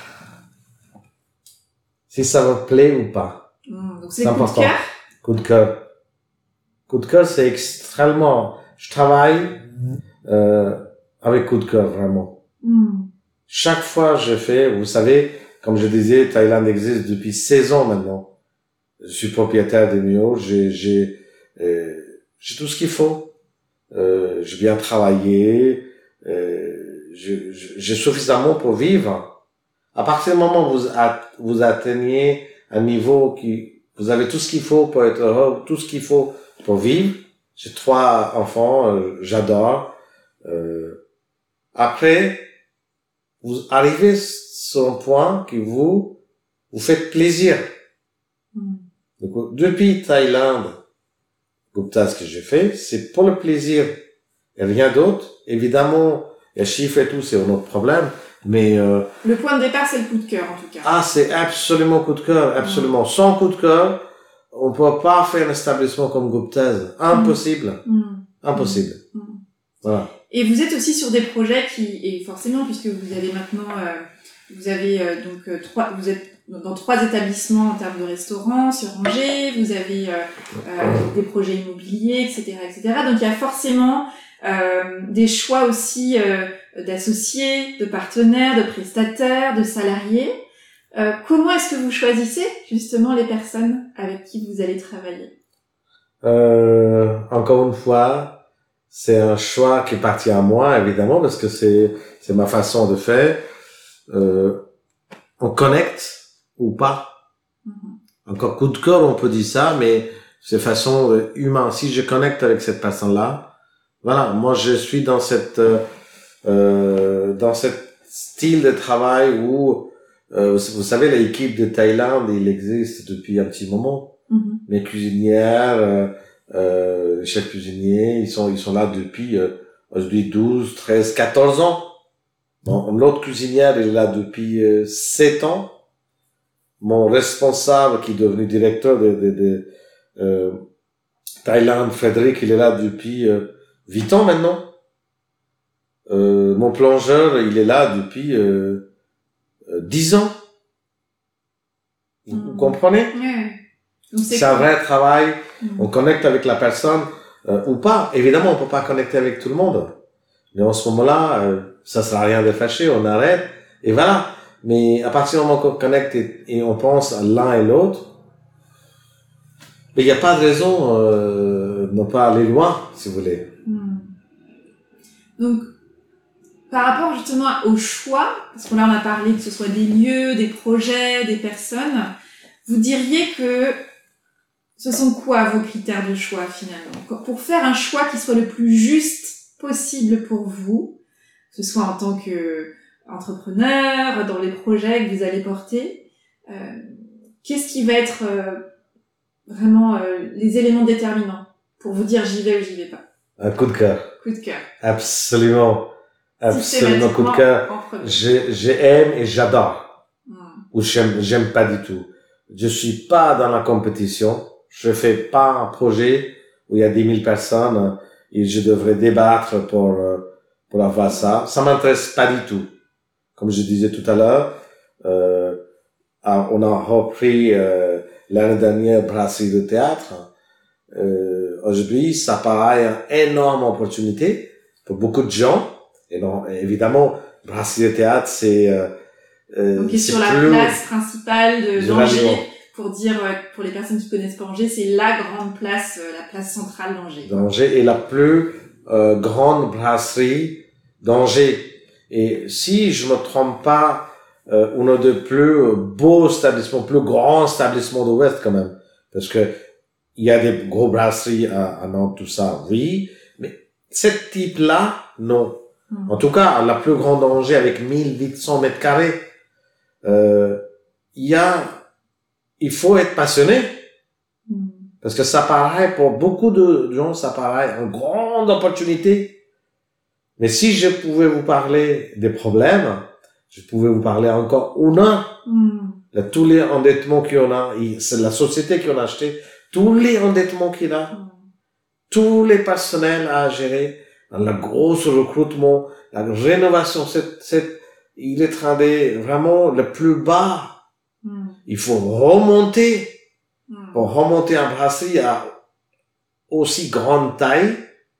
Si ça me plaît ou pas. Mmh, donc c'est, c'est coup important. De cœur. Coup de cœur. Coup de cœur, c'est extrêmement. Je travaille euh, avec coup de cœur vraiment. Mmh. Chaque fois je fais, vous savez, comme je disais, Thaïlande existe depuis seize ans maintenant. Je suis propriétaire des Mio, j'ai j'ai euh, j'ai tout ce qu'il faut. Euh, je viens travailler, euh, je, je, j'ai suffisamment pour vivre. À partir du moment où vous, vous atteignez un niveau qui, vous avez tout ce qu'il faut pour être heureux, tout ce qu'il faut pour vivre. J'ai trois enfants, euh, j'adore. Euh, après, vous arrivez sur un point que vous, vous faites plaisir. Mm. Donc, depuis Thaïlande, Gupta, ce que j'ai fait, c'est pour le plaisir et rien d'autre. Évidemment, les chiffres et tout, c'est un autre problème. Mais euh, le point de départ, c'est le coup de cœur, en tout cas. Ah, c'est absolument coup de cœur, absolument. Mmh. Sans coup de cœur, on peut pas faire un établissement comme Gupta's. Impossible. Mmh. Impossible. Mmh. Voilà. Et vous êtes aussi sur des projets qui, et forcément, puisque vous avez maintenant, euh, vous avez euh, donc euh, trois, vous êtes dans trois établissements en termes de restaurants sur Angers, vous avez euh, euh, des projets immobiliers, et cetera, et cetera. Donc il y a forcément euh, des choix aussi euh, d'associés, de partenaires, de prestataires, de salariés. Euh, comment est-ce que vous choisissez justement les personnes avec qui vous allez travailler? euh, Encore une fois, c'est un choix qui appartient à moi, évidemment, parce que c'est c'est ma façon de faire. Euh, on connecte ou pas. Mm-hmm. Encore coup de cœur, on peut dire ça, mais c'est façon euh, humaine. Si je connecte avec cette personne-là, voilà, moi je suis dans cette euh, dans cette style de travail où euh, vous, vous savez, l'équipe de Thaïlande, il existe depuis un petit moment. Mm-hmm. Mes cuisinières, euh, euh, les chefs cuisiniers, ils sont, ils sont là depuis, euh, aujourd'hui douze, treize, quatorze ans. Bon, l'autre cuisinière, il est là depuis euh, sept ans. Mon responsable, qui est devenu directeur de, de, de euh, Thaïlande, Frédéric, il est là depuis euh, huit ans maintenant. Euh, mon plongeur, il est là depuis euh, euh, dix ans. Vous, Mm. vous comprenez? Ouais. Donc, C'est un cool. vrai travail. Mm. On connecte avec la personne euh, ou pas. Évidemment, on peut pas connecter avec tout le monde. Mais en ce moment-là, euh, ça sert à rien de fâcher, on arrête et voilà. Mais à partir du moment qu'on connecte et, et on pense à l'un et l'autre, mais il n'y a pas de raison euh, de ne pas aller loin, si vous voulez. Mm. Donc, par rapport justement au choix, parce que là on a parlé que ce soit des lieux, des projets, des personnes, vous diriez que ce sont quoi vos critères de choix finalement? Pour faire un choix qui soit le plus juste possible pour vous, que ce soit en tant qu'entrepreneur, dans les projets que vous allez porter, euh, qu'est-ce qui va être euh, vraiment euh, les éléments déterminants pour vous dire j'y vais ou j'y vais pas? Un coup de cœur. Coup de cœur. Absolument. Absolument coup de cœur. Je, j'aime et j'adore. Mm. Ou j'aime, j'aime pas du tout. Je suis pas dans la compétition. Je fais pas un projet où il y a dix mille personnes et je devrais débattre pour, pour avoir ça. Ça m'intéresse pas du tout. Comme je disais tout à l'heure, euh, on a repris, euh, l'année dernière Brasserie de théâtre. Euh, aujourd'hui, ça paraît une énorme opportunité pour beaucoup de gens. Et non, évidemment, Brasserie de théâtre, c'est, euh, donc, c'est sur la place principale de d'Angers, pour dire, pour les personnes qui connaissent pas Angers, c'est la grande place, la place centrale d'Angers. D'Angers est la plus euh, grande brasserie d'Angers. Et si je me trompe pas, euh, on a de plus beaux établissements, plus grands établissements de l'Ouest quand même. Parce que il y a des gros brasseries à, à Nantes, tout ça, oui. Mais ce type-là, non. En tout cas, la plus grande d'Angers avec mille huit cents mètres carrés, euh, il y a, il faut être passionné. Mm. Parce que ça paraît, pour beaucoup de gens, ça paraît une grande opportunité. Mais si je pouvais vous parler des problèmes, je pouvais vous parler encore ou non. Mm. De tous les endettements qu'il y en a, c'est la société qui en a acheté, tous les endettements qu'il a, mm. tous les personnels à gérer, la grosse recrutement, la rénovation, c'est, c'est, il est traité vraiment le plus bas. Mm. Il faut remonter, mm. pour remonter un brasserie à aussi grande taille.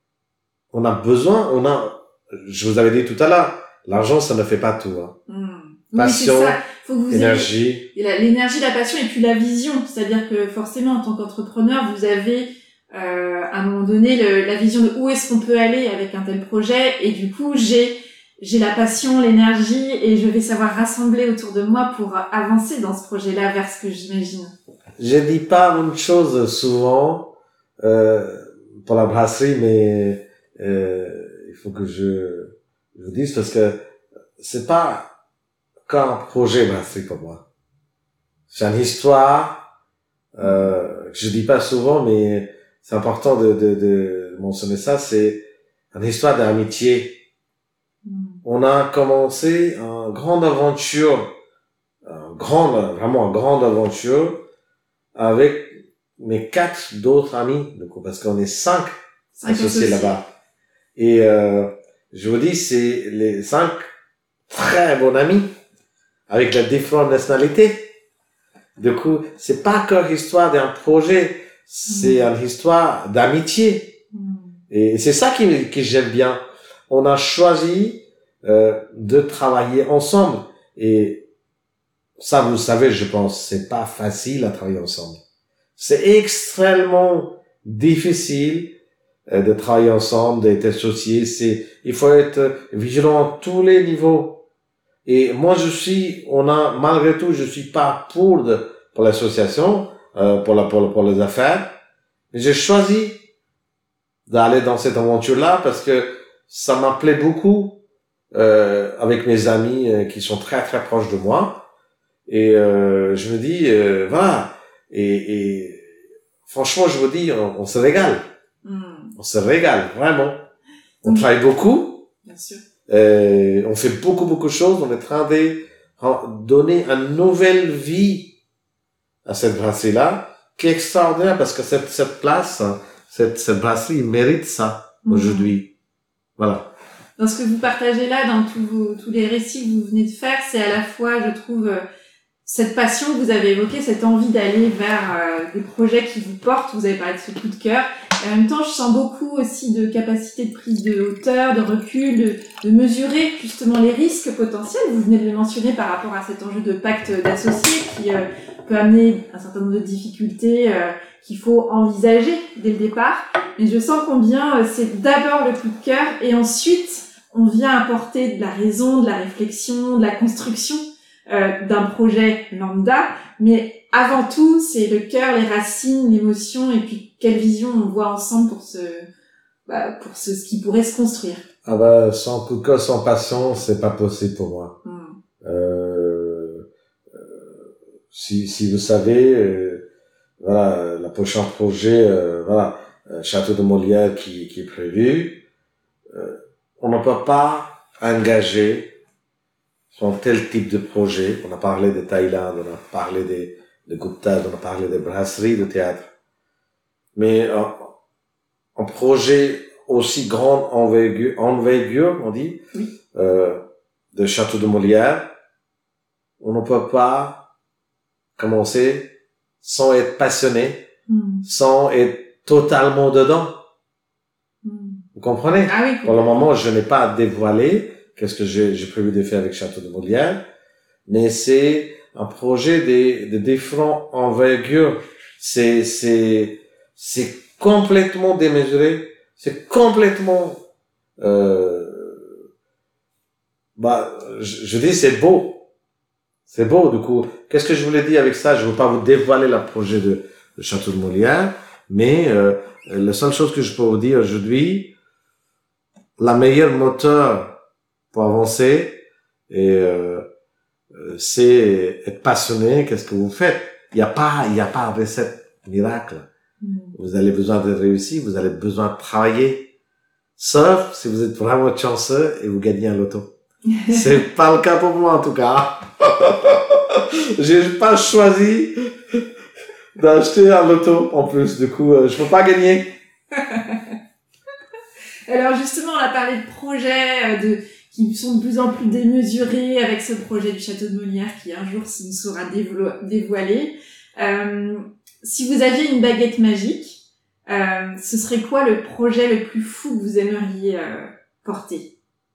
On a besoin, on a, je vous avais dit tout à l'heure, l'argent, ça ne fait pas tout, hein. Mm. Passion, oui, c'est ça. Faut que vous énergie. Ayez, l'énergie, la passion et puis la vision. C'est-à-dire que forcément, en tant qu'entrepreneur, vous avez, Euh, à un moment donné le, la vision de où est-ce qu'on peut aller avec un tel projet, et du coup j'ai j'ai la passion, l'énergie, et je vais savoir rassembler autour de moi pour avancer dans ce projet-là vers ce que j'imagine. Je dis pas une chose souvent euh, pour la brasserie, mais euh, il faut que je, je vous dise, parce que c'est pas qu'un projet brasserie pour moi. C'est une histoire euh, que je dis pas souvent, mais c'est important de, de, de mentionner ça, c'est une histoire d'amitié. Mm. On a commencé une grande aventure, une grande, vraiment une grande aventure avec mes quatre d'autres amis, donc, parce qu'on est cinq, cinq associés, associés là-bas. Et euh, je vous dis, c'est les cinq très bons amis, avec la différente nationalité. Du coup, c'est pas que l'histoire d'un projet, c'est mmh. une histoire d'amitié. Mmh. Et c'est ça qui, que j'aime bien. On a choisi euh, de travailler ensemble. Et ça, vous le savez, je pense, c'est pas facile à travailler ensemble. C'est extrêmement difficile euh, de travailler ensemble, d'être associé. C'est, il faut être vigilant à tous les niveaux. Et moi, je suis, on a, malgré tout, je suis pas pour de, pour l'association, euh, pour la, pour, pour les affaires. Mais j'ai choisi d'aller dans cette aventure-là parce que ça m'appelait beaucoup, euh, avec mes amis euh, qui sont très, très proches de moi. Et euh, je me dis, euh, voilà. Et, et franchement, je vous dis, on, on se régale. Mm. On se régale, vraiment. On Mm. travaille beaucoup. Bien sûr. Euh, on fait beaucoup, beaucoup de choses. On est en train de donner une nouvelle vie à cette brasserie-là, qui est extraordinaire parce que cette, cette place, cette, cette brasserie mérite ça Mm. aujourd'hui. Voilà. Dans ce que vous partagez là, dans tous, vos, tous les récits que vous venez de faire, c'est à la fois, je trouve, euh, cette passion que vous avez évoquée, cette envie d'aller vers euh, des projets qui vous portent. Vous avez parlé de ce coup de cœur. Et en même temps, je sens beaucoup aussi de capacité de prise de hauteur, de recul, de, de mesurer justement les risques potentiels. Vous venez de le mentionner par rapport à cet enjeu de pacte d'associés qui euh, peut amener un certain nombre de difficultés euh, qu'il faut envisager dès le départ. Mais je sens combien euh, c'est d'abord le coup de cœur et ensuite on vient apporter de la raison, de la réflexion, de la construction euh, d'un projet lambda. Mais avant tout, c'est le cœur, les racines, l'émotion et puis quelle vision on voit ensemble pour ce, bah, pour ce, ce qui pourrait se construire. Ah bah, sans coup de cœur, sans passion, c'est pas possible pour moi. Mm. Euh, euh, si, si vous savez, euh, voilà, le prochain projet, euh, voilà, euh, Château de Molière qui, qui est prévu, euh, on ne peut pas engager sur tel type de projet. On a parlé de Thaïlande, on a parlé de, de Gupta, on a parlé de brasserie, de théâtre. Mais un, un projet aussi grande envergure, envergure on dit, oui. euh, de Château de Molière, on ne peut pas commencer sans être passionné, Mm. sans être totalement dedans. Mm. Vous comprenez? Ah oui. Pour le moment, je n'ai pas dévoilé qu'est-ce que j'ai, j'ai prévu de faire avec Château de Molière, mais c'est un projet de, de différentes envergures. C'est, c'est, c'est complètement démesuré. C'est complètement, euh, bah, je, je dis c'est beau. C'est beau, du coup. Qu'est-ce que je voulais dire avec ça? Je veux pas vous dévoiler le projet de, de Château de Molière, mais, euh, la seule chose que je peux vous dire aujourd'hui, la meilleure moteur pour avancer, et, euh, c'est être passionné. Qu'est-ce que vous faites? Il n'y a pas, il n'y a pas de recette miracle. Mm. Vous avez besoin de réussir, vous avez besoin de travailler. Sauf si vous êtes vraiment chanceux et vous gagnez un loto. C'est pas le cas pour moi, en tout cas. J'ai pas choisi d'acheter un loto, en plus. Du coup, je peux pas gagner. Alors, justement, on a parlé de projets, de, qui sont de plus en plus démesurés avec ce projet du Château de Molière qui un jour nous sera dévo- dévoilé. Euh, si vous aviez une baguette magique, euh, ce serait quoi le projet le plus fou que vous aimeriez euh, porter?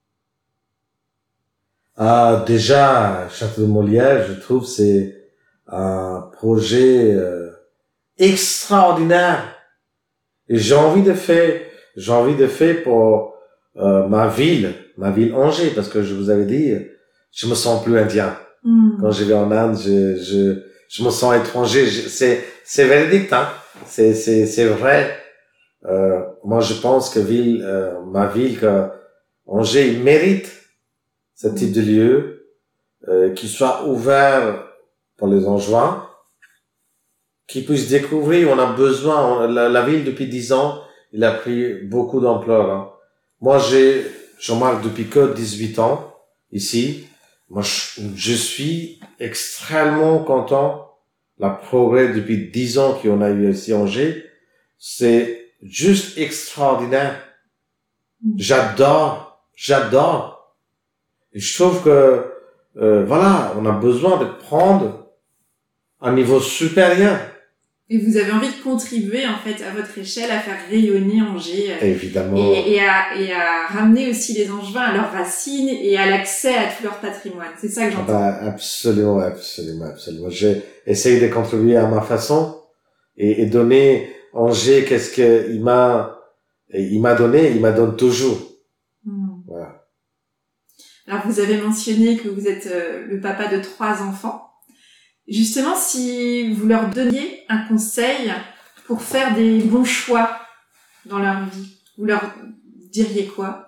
Ah, déjà, Château de Molière, je trouve, c'est un projet euh, extraordinaire. Et j'ai envie de faire, j'ai envie de faire pour euh, ma ville, ma ville Angers, parce que je vous avais dit, je me sens plus indien. Mm. Quand je vais en Inde, je, je, je me sens étranger. Je, c'est, c'est véridique, hein. C'est, c'est, c'est vrai. Euh, moi, je pense que ville, euh, ma ville, que Angers, il mérite ce type de lieu, euh, qui soit ouvert pour les Angevins, qui puissent découvrir. On a besoin, on, la, la ville depuis dix ans, il a pris beaucoup d'ampleur. Hein. Moi, j'ai, je remarque depuis que dix-huit ans ici. Moi, je, je suis extrêmement content. La progrès depuis dix ans qu'on a eu ici à Angers, c'est juste extraordinaire. J'adore, j'adore. Et je trouve que, euh, voilà, on a besoin de prendre un niveau supérieur. Et vous avez envie de contribuer, en fait, à votre échelle, à faire rayonner Angers. Euh, Évidemment. Et, et, à, et à ramener aussi les Angevins à leurs racines et à l'accès à tout leur patrimoine. C'est ça que j'entends. Ah bah, absolument, absolument, absolument. J'ai essayé de contribuer à ma façon et, et donner Angers, qu'est-ce qu'il m'a, il m'a donné, il m'a donne toujours. Hmm. Voilà. Alors, vous avez mentionné que vous êtes euh, le papa de trois enfants. Justement, si vous leur donniez un conseil pour faire des bons choix dans leur vie, vous leur diriez quoi?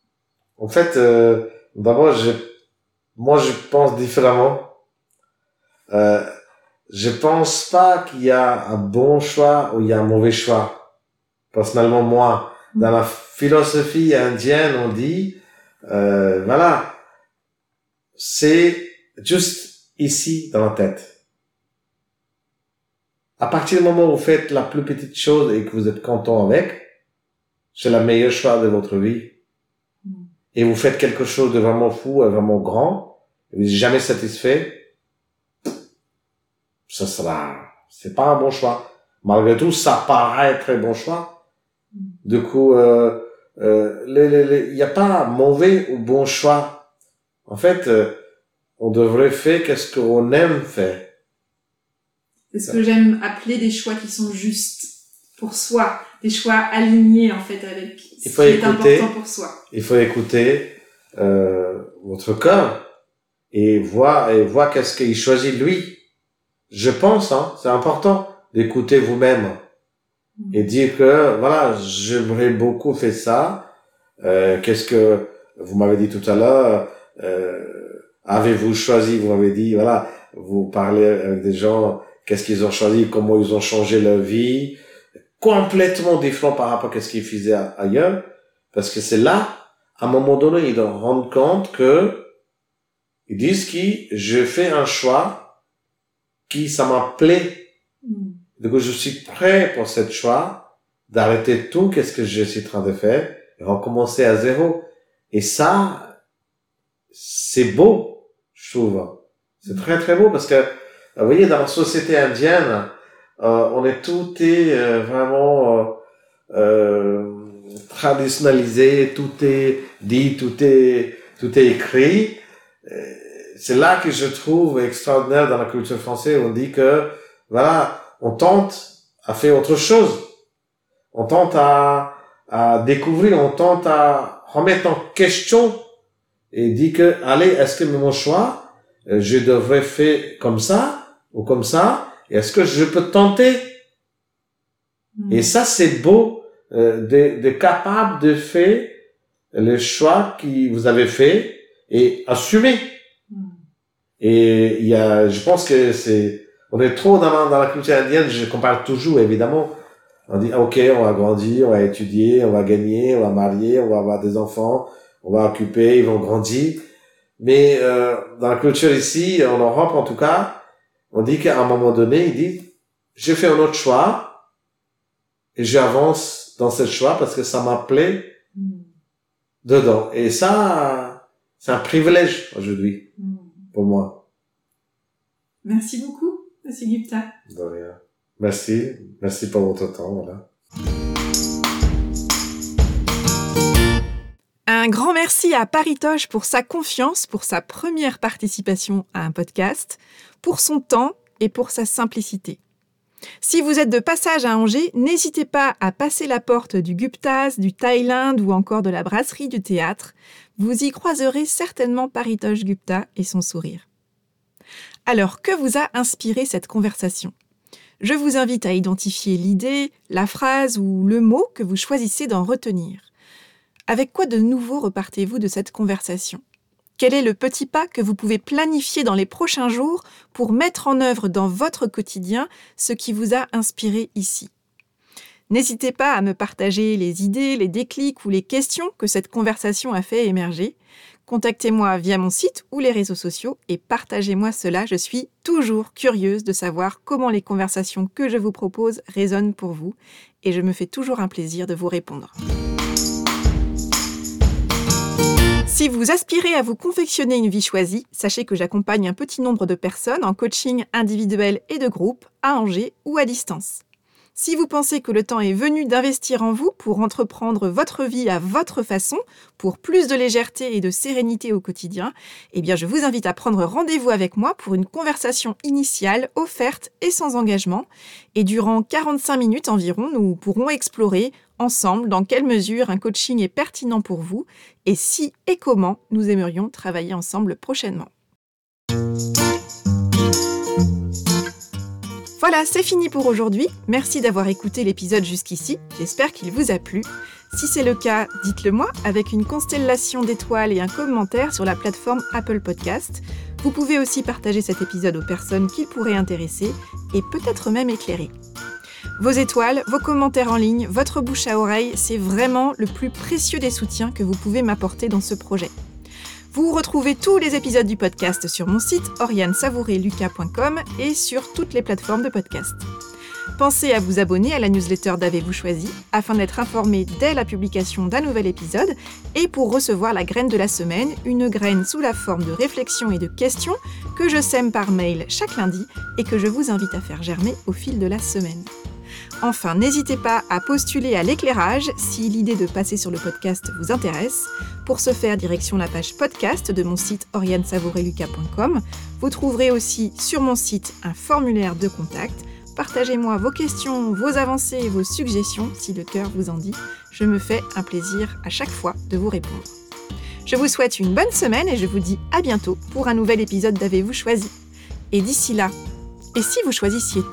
En fait, euh, d'abord, je, moi, je pense différemment. Euh, je pense pas qu'il y a un bon choix ou il y a un mauvais choix. Personnellement, moi, dans la philosophie indienne, on dit, euh, voilà, c'est juste ici dans la tête. À partir du moment où vous faites la plus petite chose et que vous êtes content avec, c'est le meilleur choix de votre vie. Mm. Et vous faites quelque chose de vraiment fou et vraiment grand, et vous n'êtes jamais satisfait, ça sera, c'est pas un bon choix. Malgré tout, ça paraît un très bon choix. Mm. Du coup, euh, euh, les, les, les, il n'y a pas mauvais ou bon choix. En fait, euh, on devrait faire qu'est-ce qu'on aime faire. C'est ce que j'aime appeler des choix qui sont justes pour soi, des choix alignés en fait avec ce qui est important pour soi. Il faut écouter euh, votre cœur et voir et voir qu'est-ce qu'il choisit lui. Je pense, hein, c'est important d'écouter vous-même mmh. et dire que voilà, j'aimerais beaucoup faire ça. Euh, qu'est-ce que vous m'avez dit tout à l'heure? Euh, avez-vous choisi? Vous m'avez dit voilà, vous parlez avec des gens. Qu'est-ce qu'ils ont choisi, comment ils ont changé leur vie, complètement différent par rapport à ce qu'ils faisaient ailleurs, parce que c'est là, à un moment donné, ils doivent rendre compte que, ils disent que je fais un choix qui, ça m'a plaît. Mm. Donc, je suis prêt pour ce choix d'arrêter tout, qu'est-ce que je suis en train de faire, et recommencer à zéro. Et ça, c'est beau, je trouve. C'est très, très beau, parce que, vous voyez, dans la société indienne, euh, on est tout est euh, vraiment euh, euh, traditionnalisé, tout est dit, tout est tout est écrit. C'est là que je trouve extraordinaire dans la culture française. On dit que voilà, on tente à faire autre chose, on tente à à découvrir, on tente à remettre en question et dit que allez, est-ce que mon choix, je devrais faire comme ça? Ou comme ça, est-ce que je peux tenter? Mmh. Et ça, c'est beau, euh, de, de capable de faire le choix que vous avez fait et assumer. Mmh. Et il y a, je pense que c'est, on est trop dans la, dans la culture indienne, je compare toujours, évidemment. On dit, ok, on va grandir, on va étudier, on va gagner, on va marier, on va avoir des enfants, on va occuper, ils vont grandir. Mais, euh, dans la culture ici, en Europe en tout cas, on dit qu'à un moment donné, il dit, j'ai fait un autre choix et j'avance dans ce choix parce que ça m'appelait mm. dedans. Et ça, c'est un privilège aujourd'hui mm. pour moi. Merci beaucoup, Monsieur Gupta. De rien. Merci. Merci pour votre temps. Voilà. Un grand merci à Paritosh pour sa confiance, pour sa première participation à un podcast, pour son temps et pour sa simplicité. Si vous êtes de passage à Angers, n'hésitez pas à passer la porte du Guptas, du Thaïlande ou encore de la brasserie du théâtre. Vous y croiserez certainement Paritosh Gupta et son sourire. Alors, que vous a inspiré cette conversation ? Je vous invite à identifier l'idée, la phrase ou le mot que vous choisissez d'en retenir. Avec quoi de nouveau repartez-vous de cette conversation ? Quel est le petit pas que vous pouvez planifier dans les prochains jours pour mettre en œuvre dans votre quotidien ce qui vous a inspiré ici ? N'hésitez pas à me partager les idées, les déclics ou les questions que cette conversation a fait émerger. Contactez-moi via mon site ou les réseaux sociaux et partagez-moi cela. Je suis toujours curieuse de savoir comment les conversations que je vous propose résonnent pour vous et je me fais toujours un plaisir de vous répondre. Si vous aspirez à vous confectionner une vie choisie, sachez que j'accompagne un petit nombre de personnes en coaching individuel et de groupe, à Angers ou à distance. Si vous pensez que le temps est venu d'investir en vous pour entreprendre votre vie à votre façon, pour plus de légèreté et de sérénité au quotidien, eh bien je vous invite à prendre rendez-vous avec moi pour une conversation initiale, offerte et sans engagement. Et durant quarante-cinq minutes environ, nous pourrons explorer ensemble dans quelle mesure un coaching est pertinent pour vous et si et comment nous aimerions travailler ensemble prochainement. Voilà, c'est fini pour aujourd'hui. Merci d'avoir écouté l'épisode jusqu'ici. J'espère qu'il vous a plu. Si c'est le cas, dites-le moi avec une constellation d'étoiles et un commentaire sur la plateforme Apple Podcast. Vous pouvez aussi partager cet épisode aux personnes qu'il pourrait intéresser et peut-être même éclairer. Vos étoiles, vos commentaires en ligne, votre bouche à oreille, c'est vraiment le plus précieux des soutiens que vous pouvez m'apporter dans ce projet. Vous retrouvez tous les épisodes du podcast sur mon site oriane savouré lucas point com et sur toutes les plateformes de podcast. Pensez à vous abonner à la newsletter d'Avez-vous choisi afin d'être informé dès la publication d'un nouvel épisode et pour recevoir la graine de la semaine, une graine sous la forme de réflexions et de questions que je sème par mail chaque lundi et que je vous invite à faire germer au fil de la semaine. Enfin, n'hésitez pas à postuler à l'éclairage si l'idée de passer sur le podcast vous intéresse. Pour ce faire, direction la page podcast de mon site oriane savouré lucas point com. Vous trouverez aussi sur mon site un formulaire de contact. Partagez-moi vos questions, vos avancées et vos suggestions si le cœur vous en dit. Je me fais un plaisir à chaque fois de vous répondre. Je vous souhaite une bonne semaine et je vous dis à bientôt pour un nouvel épisode d'Avez-vous choisi. Et d'ici là, et si vous choisissiez tout ?